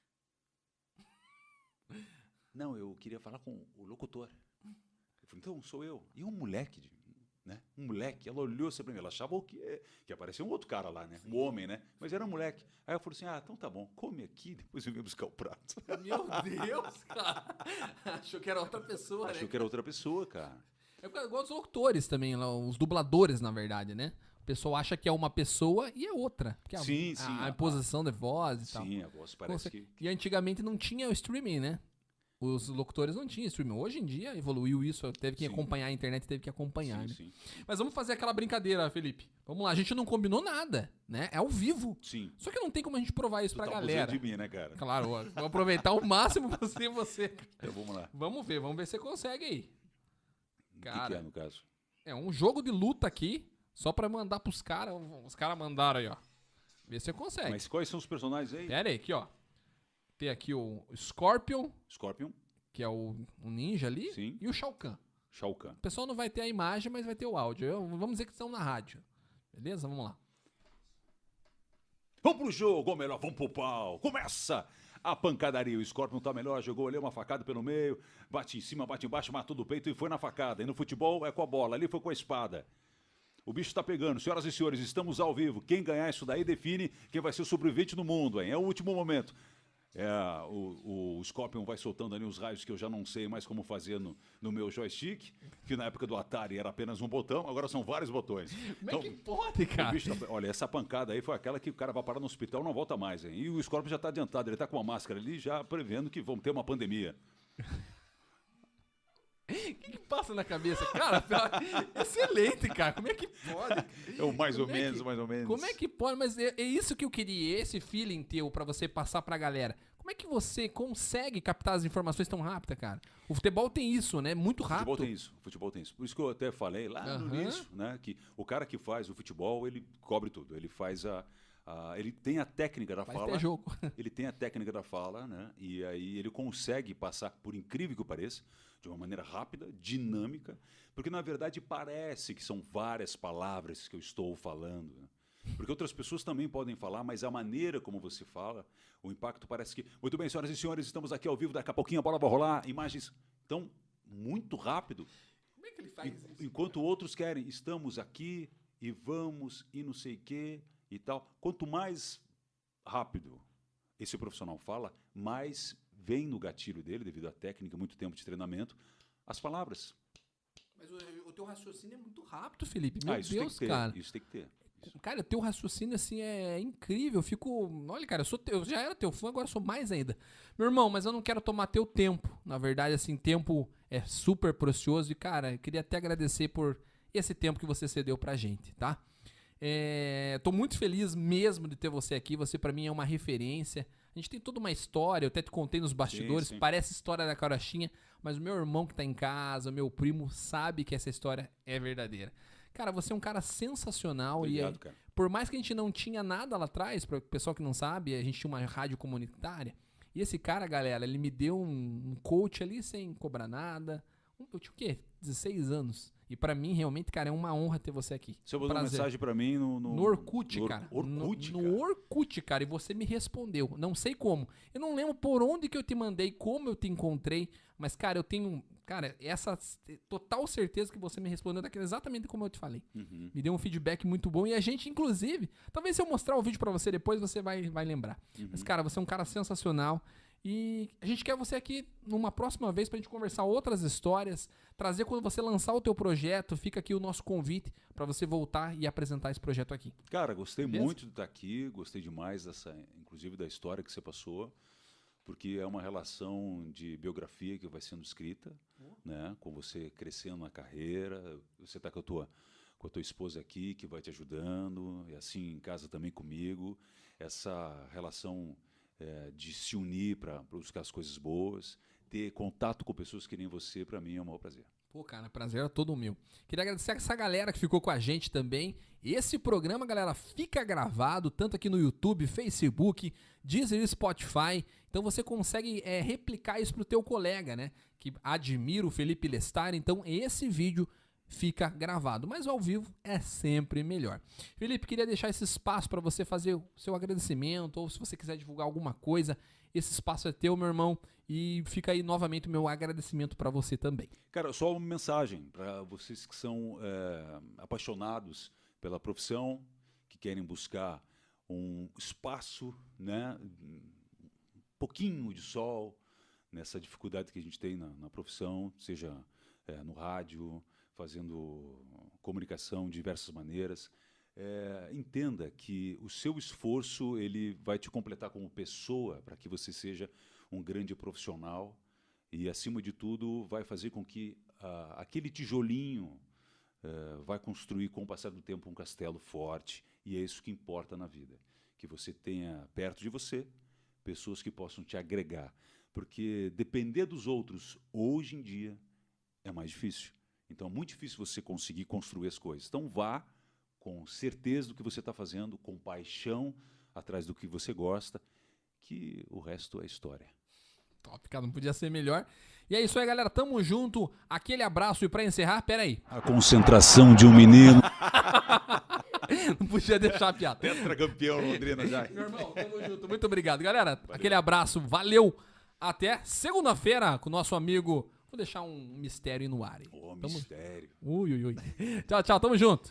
Não, eu queria falar com o locutor. Eu falei, então, sou eu. E um moleque, de, né? Um moleque. Ela olhou assim pra mim, ela achava que, que aparecia um outro cara lá, né? Um homem, né? Mas era um moleque. Aí eu falei assim, ah, então tá bom, come aqui, depois eu venho buscar o prato. Meu Deus, cara. Achou que era outra pessoa, Achou né? que era outra pessoa, cara. É igual os locutores também, os dubladores, na verdade, né? O pessoal acha que é uma pessoa e é outra. Que é sim, a, sim. A, a imposição de voz e sim, tal. Sim, a voz parece que... E antigamente não tinha o streaming, né? Os locutores não tinham streaming. Hoje em dia evoluiu isso, teve que sim. acompanhar a internet, teve que acompanhar. Sim, né? sim. Mas vamos fazer aquela brincadeira, Felipe. Vamos lá, a gente não combinou nada, né? É ao vivo. Sim. Só que não tem como a gente provar isso tu pra tá galera. de mim, né, cara? Claro, vou aproveitar o máximo você e você. Então vamos lá. Vamos ver, vamos ver se você consegue aí. Cara, o que, que é, no caso? É um jogo de luta aqui, só pra mandar pros caras. Os caras mandaram aí, ó. Vê se você consegue. Mas quais são os personagens aí? Pera aí, aqui, ó. Tem aqui o Scorpion. Scorpion. Que é o, o ninja ali. Sim. E o Shao Kahn. Shao Kahn. O pessoal não vai ter a imagem, mas vai ter o áudio. Eu, vamos dizer que estão na rádio. Beleza? Vamos lá. Vamos pro jogo, ou melhor, vamos pro pau. Começa a pancadaria. O Scorpion tá melhor, jogou ali uma facada pelo meio. Bate em cima, bate embaixo, matou do peito e foi na facada. E no futebol é com a bola, ali foi com a espada. O bicho tá pegando. Senhoras e senhores, estamos ao vivo. Quem ganhar isso daí define quem vai ser o sobrevivente no mundo, hein? É o último momento. É, o, o Scorpion vai soltando ali os raios que eu já não sei mais como fazer no, no meu joystick, que na época do Atari era apenas um botão, agora são vários botões. Como então, é que pode, cara? O bicho tá, olha, essa pancada aí foi aquela que o cara vai parar no hospital e não volta mais, hein? E o Scorpion já tá adiantado, ele tá com uma máscara ali já prevendo que vão ter uma pandemia. O que, que passa na cabeça? Cara, excelente, cara. Como é que pode? É o mais como ou é menos, que, mais ou menos. Como é que pode? Mas é, é isso que eu queria, esse feeling teu pra você passar pra galera. Como é que você consegue captar as informações tão rápido, cara? O futebol tem isso, né? Muito rápido. O futebol tem isso, o futebol tem isso. Por isso que eu até falei lá Uhum. no início, né? Que o cara que faz o futebol, ele cobre tudo. Ele faz a... a ele tem a técnica da Faz fala. até jogo. Ele tem a técnica da fala, né? E aí ele consegue passar, por incrível que pareça, de uma maneira rápida, dinâmica, porque na verdade parece que são várias palavras que eu estou falando, né? Porque outras pessoas também podem falar, mas a maneira como você fala, o impacto parece que... Muito bem, senhoras e senhores, estamos aqui ao vivo, daqui a pouquinho a bola vai rolar, imagens... Então, muito rápido. que ele faz En- isso? Enquanto outros querem, estamos aqui e vamos e não sei o quê e tal. Quanto mais rápido esse profissional fala, mais vem no gatilho dele, devido à técnica, muito tempo de treinamento, as palavras. Mas o, o teu raciocínio é muito rápido, Felipe. Meu ah, isso Deus, tem que ter, cara. Isso tem que ter. Cara, o teu raciocínio, assim, é incrível. Eu fico... Olha, cara, eu, sou teu, eu já era teu fã, agora sou mais ainda. Meu irmão, mas eu não quero tomar teu tempo. Na verdade, assim, tempo é super precioso. E, cara, eu queria até agradecer por esse tempo que você cedeu pra gente, tá? É, tô muito feliz mesmo de ter você aqui. Você, pra mim, é uma referência. A gente tem toda uma história. Eu até te contei nos bastidores. Sim, sim. Parece história da carochinha. Mas o meu irmão que tá em casa, o meu primo, sabe que essa história é verdadeira. Cara, você é um cara sensacional. Obrigado, e cara. Por mais que a gente não tinha nada lá atrás, para o pessoal que não sabe, a gente tinha uma rádio comunitária. E esse cara, galera, ele me deu um, um coach ali sem cobrar nada. Um, eu tinha o quê? dezesseis anos. E pra mim, realmente, cara, é uma honra ter você aqui. Você mandou uma mensagem pra mim no... No, no Orkut, no Or- cara. Orkut, no, cara. no Orkut, cara. E você me respondeu. Não sei como. Eu não lembro por onde que eu te mandei, como eu te encontrei. Mas, cara, eu tenho... Cara, essa total certeza que você me respondeu daquele exatamente como eu te falei. Uhum. Me deu um feedback muito bom. E a gente, inclusive... Talvez se eu mostrar o vídeo pra você depois, você vai, vai lembrar. Uhum. Mas, cara, você é um cara sensacional. E a gente quer você aqui numa próxima vez pra gente conversar outras histórias, trazer quando você lançar o teu projeto, fica aqui o nosso convite pra você voltar e apresentar esse projeto aqui. Cara, gostei Beleza? muito de estar aqui, gostei demais dessa, inclusive da história que você passou, porque é uma relação de biografia que vai sendo escrita, né, com você crescendo na carreira, você está com a tua com a tua esposa aqui que vai te ajudando, e assim em casa também comigo, essa relação É, de se unir para buscar as coisas boas, ter contato com pessoas que nem você, para mim é um maior prazer. Pô, cara, prazer é todo meu. Queria agradecer a essa galera que ficou com a gente também. Esse programa, galera, fica gravado tanto aqui no YouTube, Facebook, Deezer e Spotify. Então você consegue é, replicar isso pro teu colega, né? Que admira o Felipe Lestar. Então esse vídeo fica gravado, mas ao vivo é sempre melhor. Felipe, queria deixar esse espaço para você fazer o seu agradecimento, ou se você quiser divulgar alguma coisa, esse espaço é teu, meu irmão, e fica aí novamente o meu agradecimento para você também. Cara, só uma mensagem para vocês que são é, apaixonados pela profissão, que querem buscar um espaço, né, um pouquinho de sol nessa dificuldade que a gente tem na, na profissão, seja é, no rádio, fazendo comunicação de diversas maneiras. É, entenda que o seu esforço ele vai te completar como pessoa para que você seja um grande profissional e, acima de tudo, vai fazer com que ah, aquele tijolinho ah, vai construir, com o passar do tempo, um castelo forte, e é isso que importa na vida, que você tenha perto de você pessoas que possam te agregar, porque depender dos outros, hoje em dia, é mais difícil. Então, é muito difícil você conseguir construir as coisas. Então, vá com certeza do que você está fazendo, com paixão, atrás do que você gosta, que o resto é história. Top, cara, não podia ser melhor. E é isso aí, galera, tamo junto. Aquele abraço, e pra encerrar, pera aí. A concentração de um menino. Não podia deixar a piada. Tetracampeão Londrina já. Meu irmão, tamo junto. Muito obrigado, galera. Valeu. Aquele abraço, valeu. Até segunda-feira com o nosso amigo... Vou deixar um mistério aí no ar. Hein? Oh, tamo... mistério. Ui, ui, ui. Tchau, tchau. Tamo junto.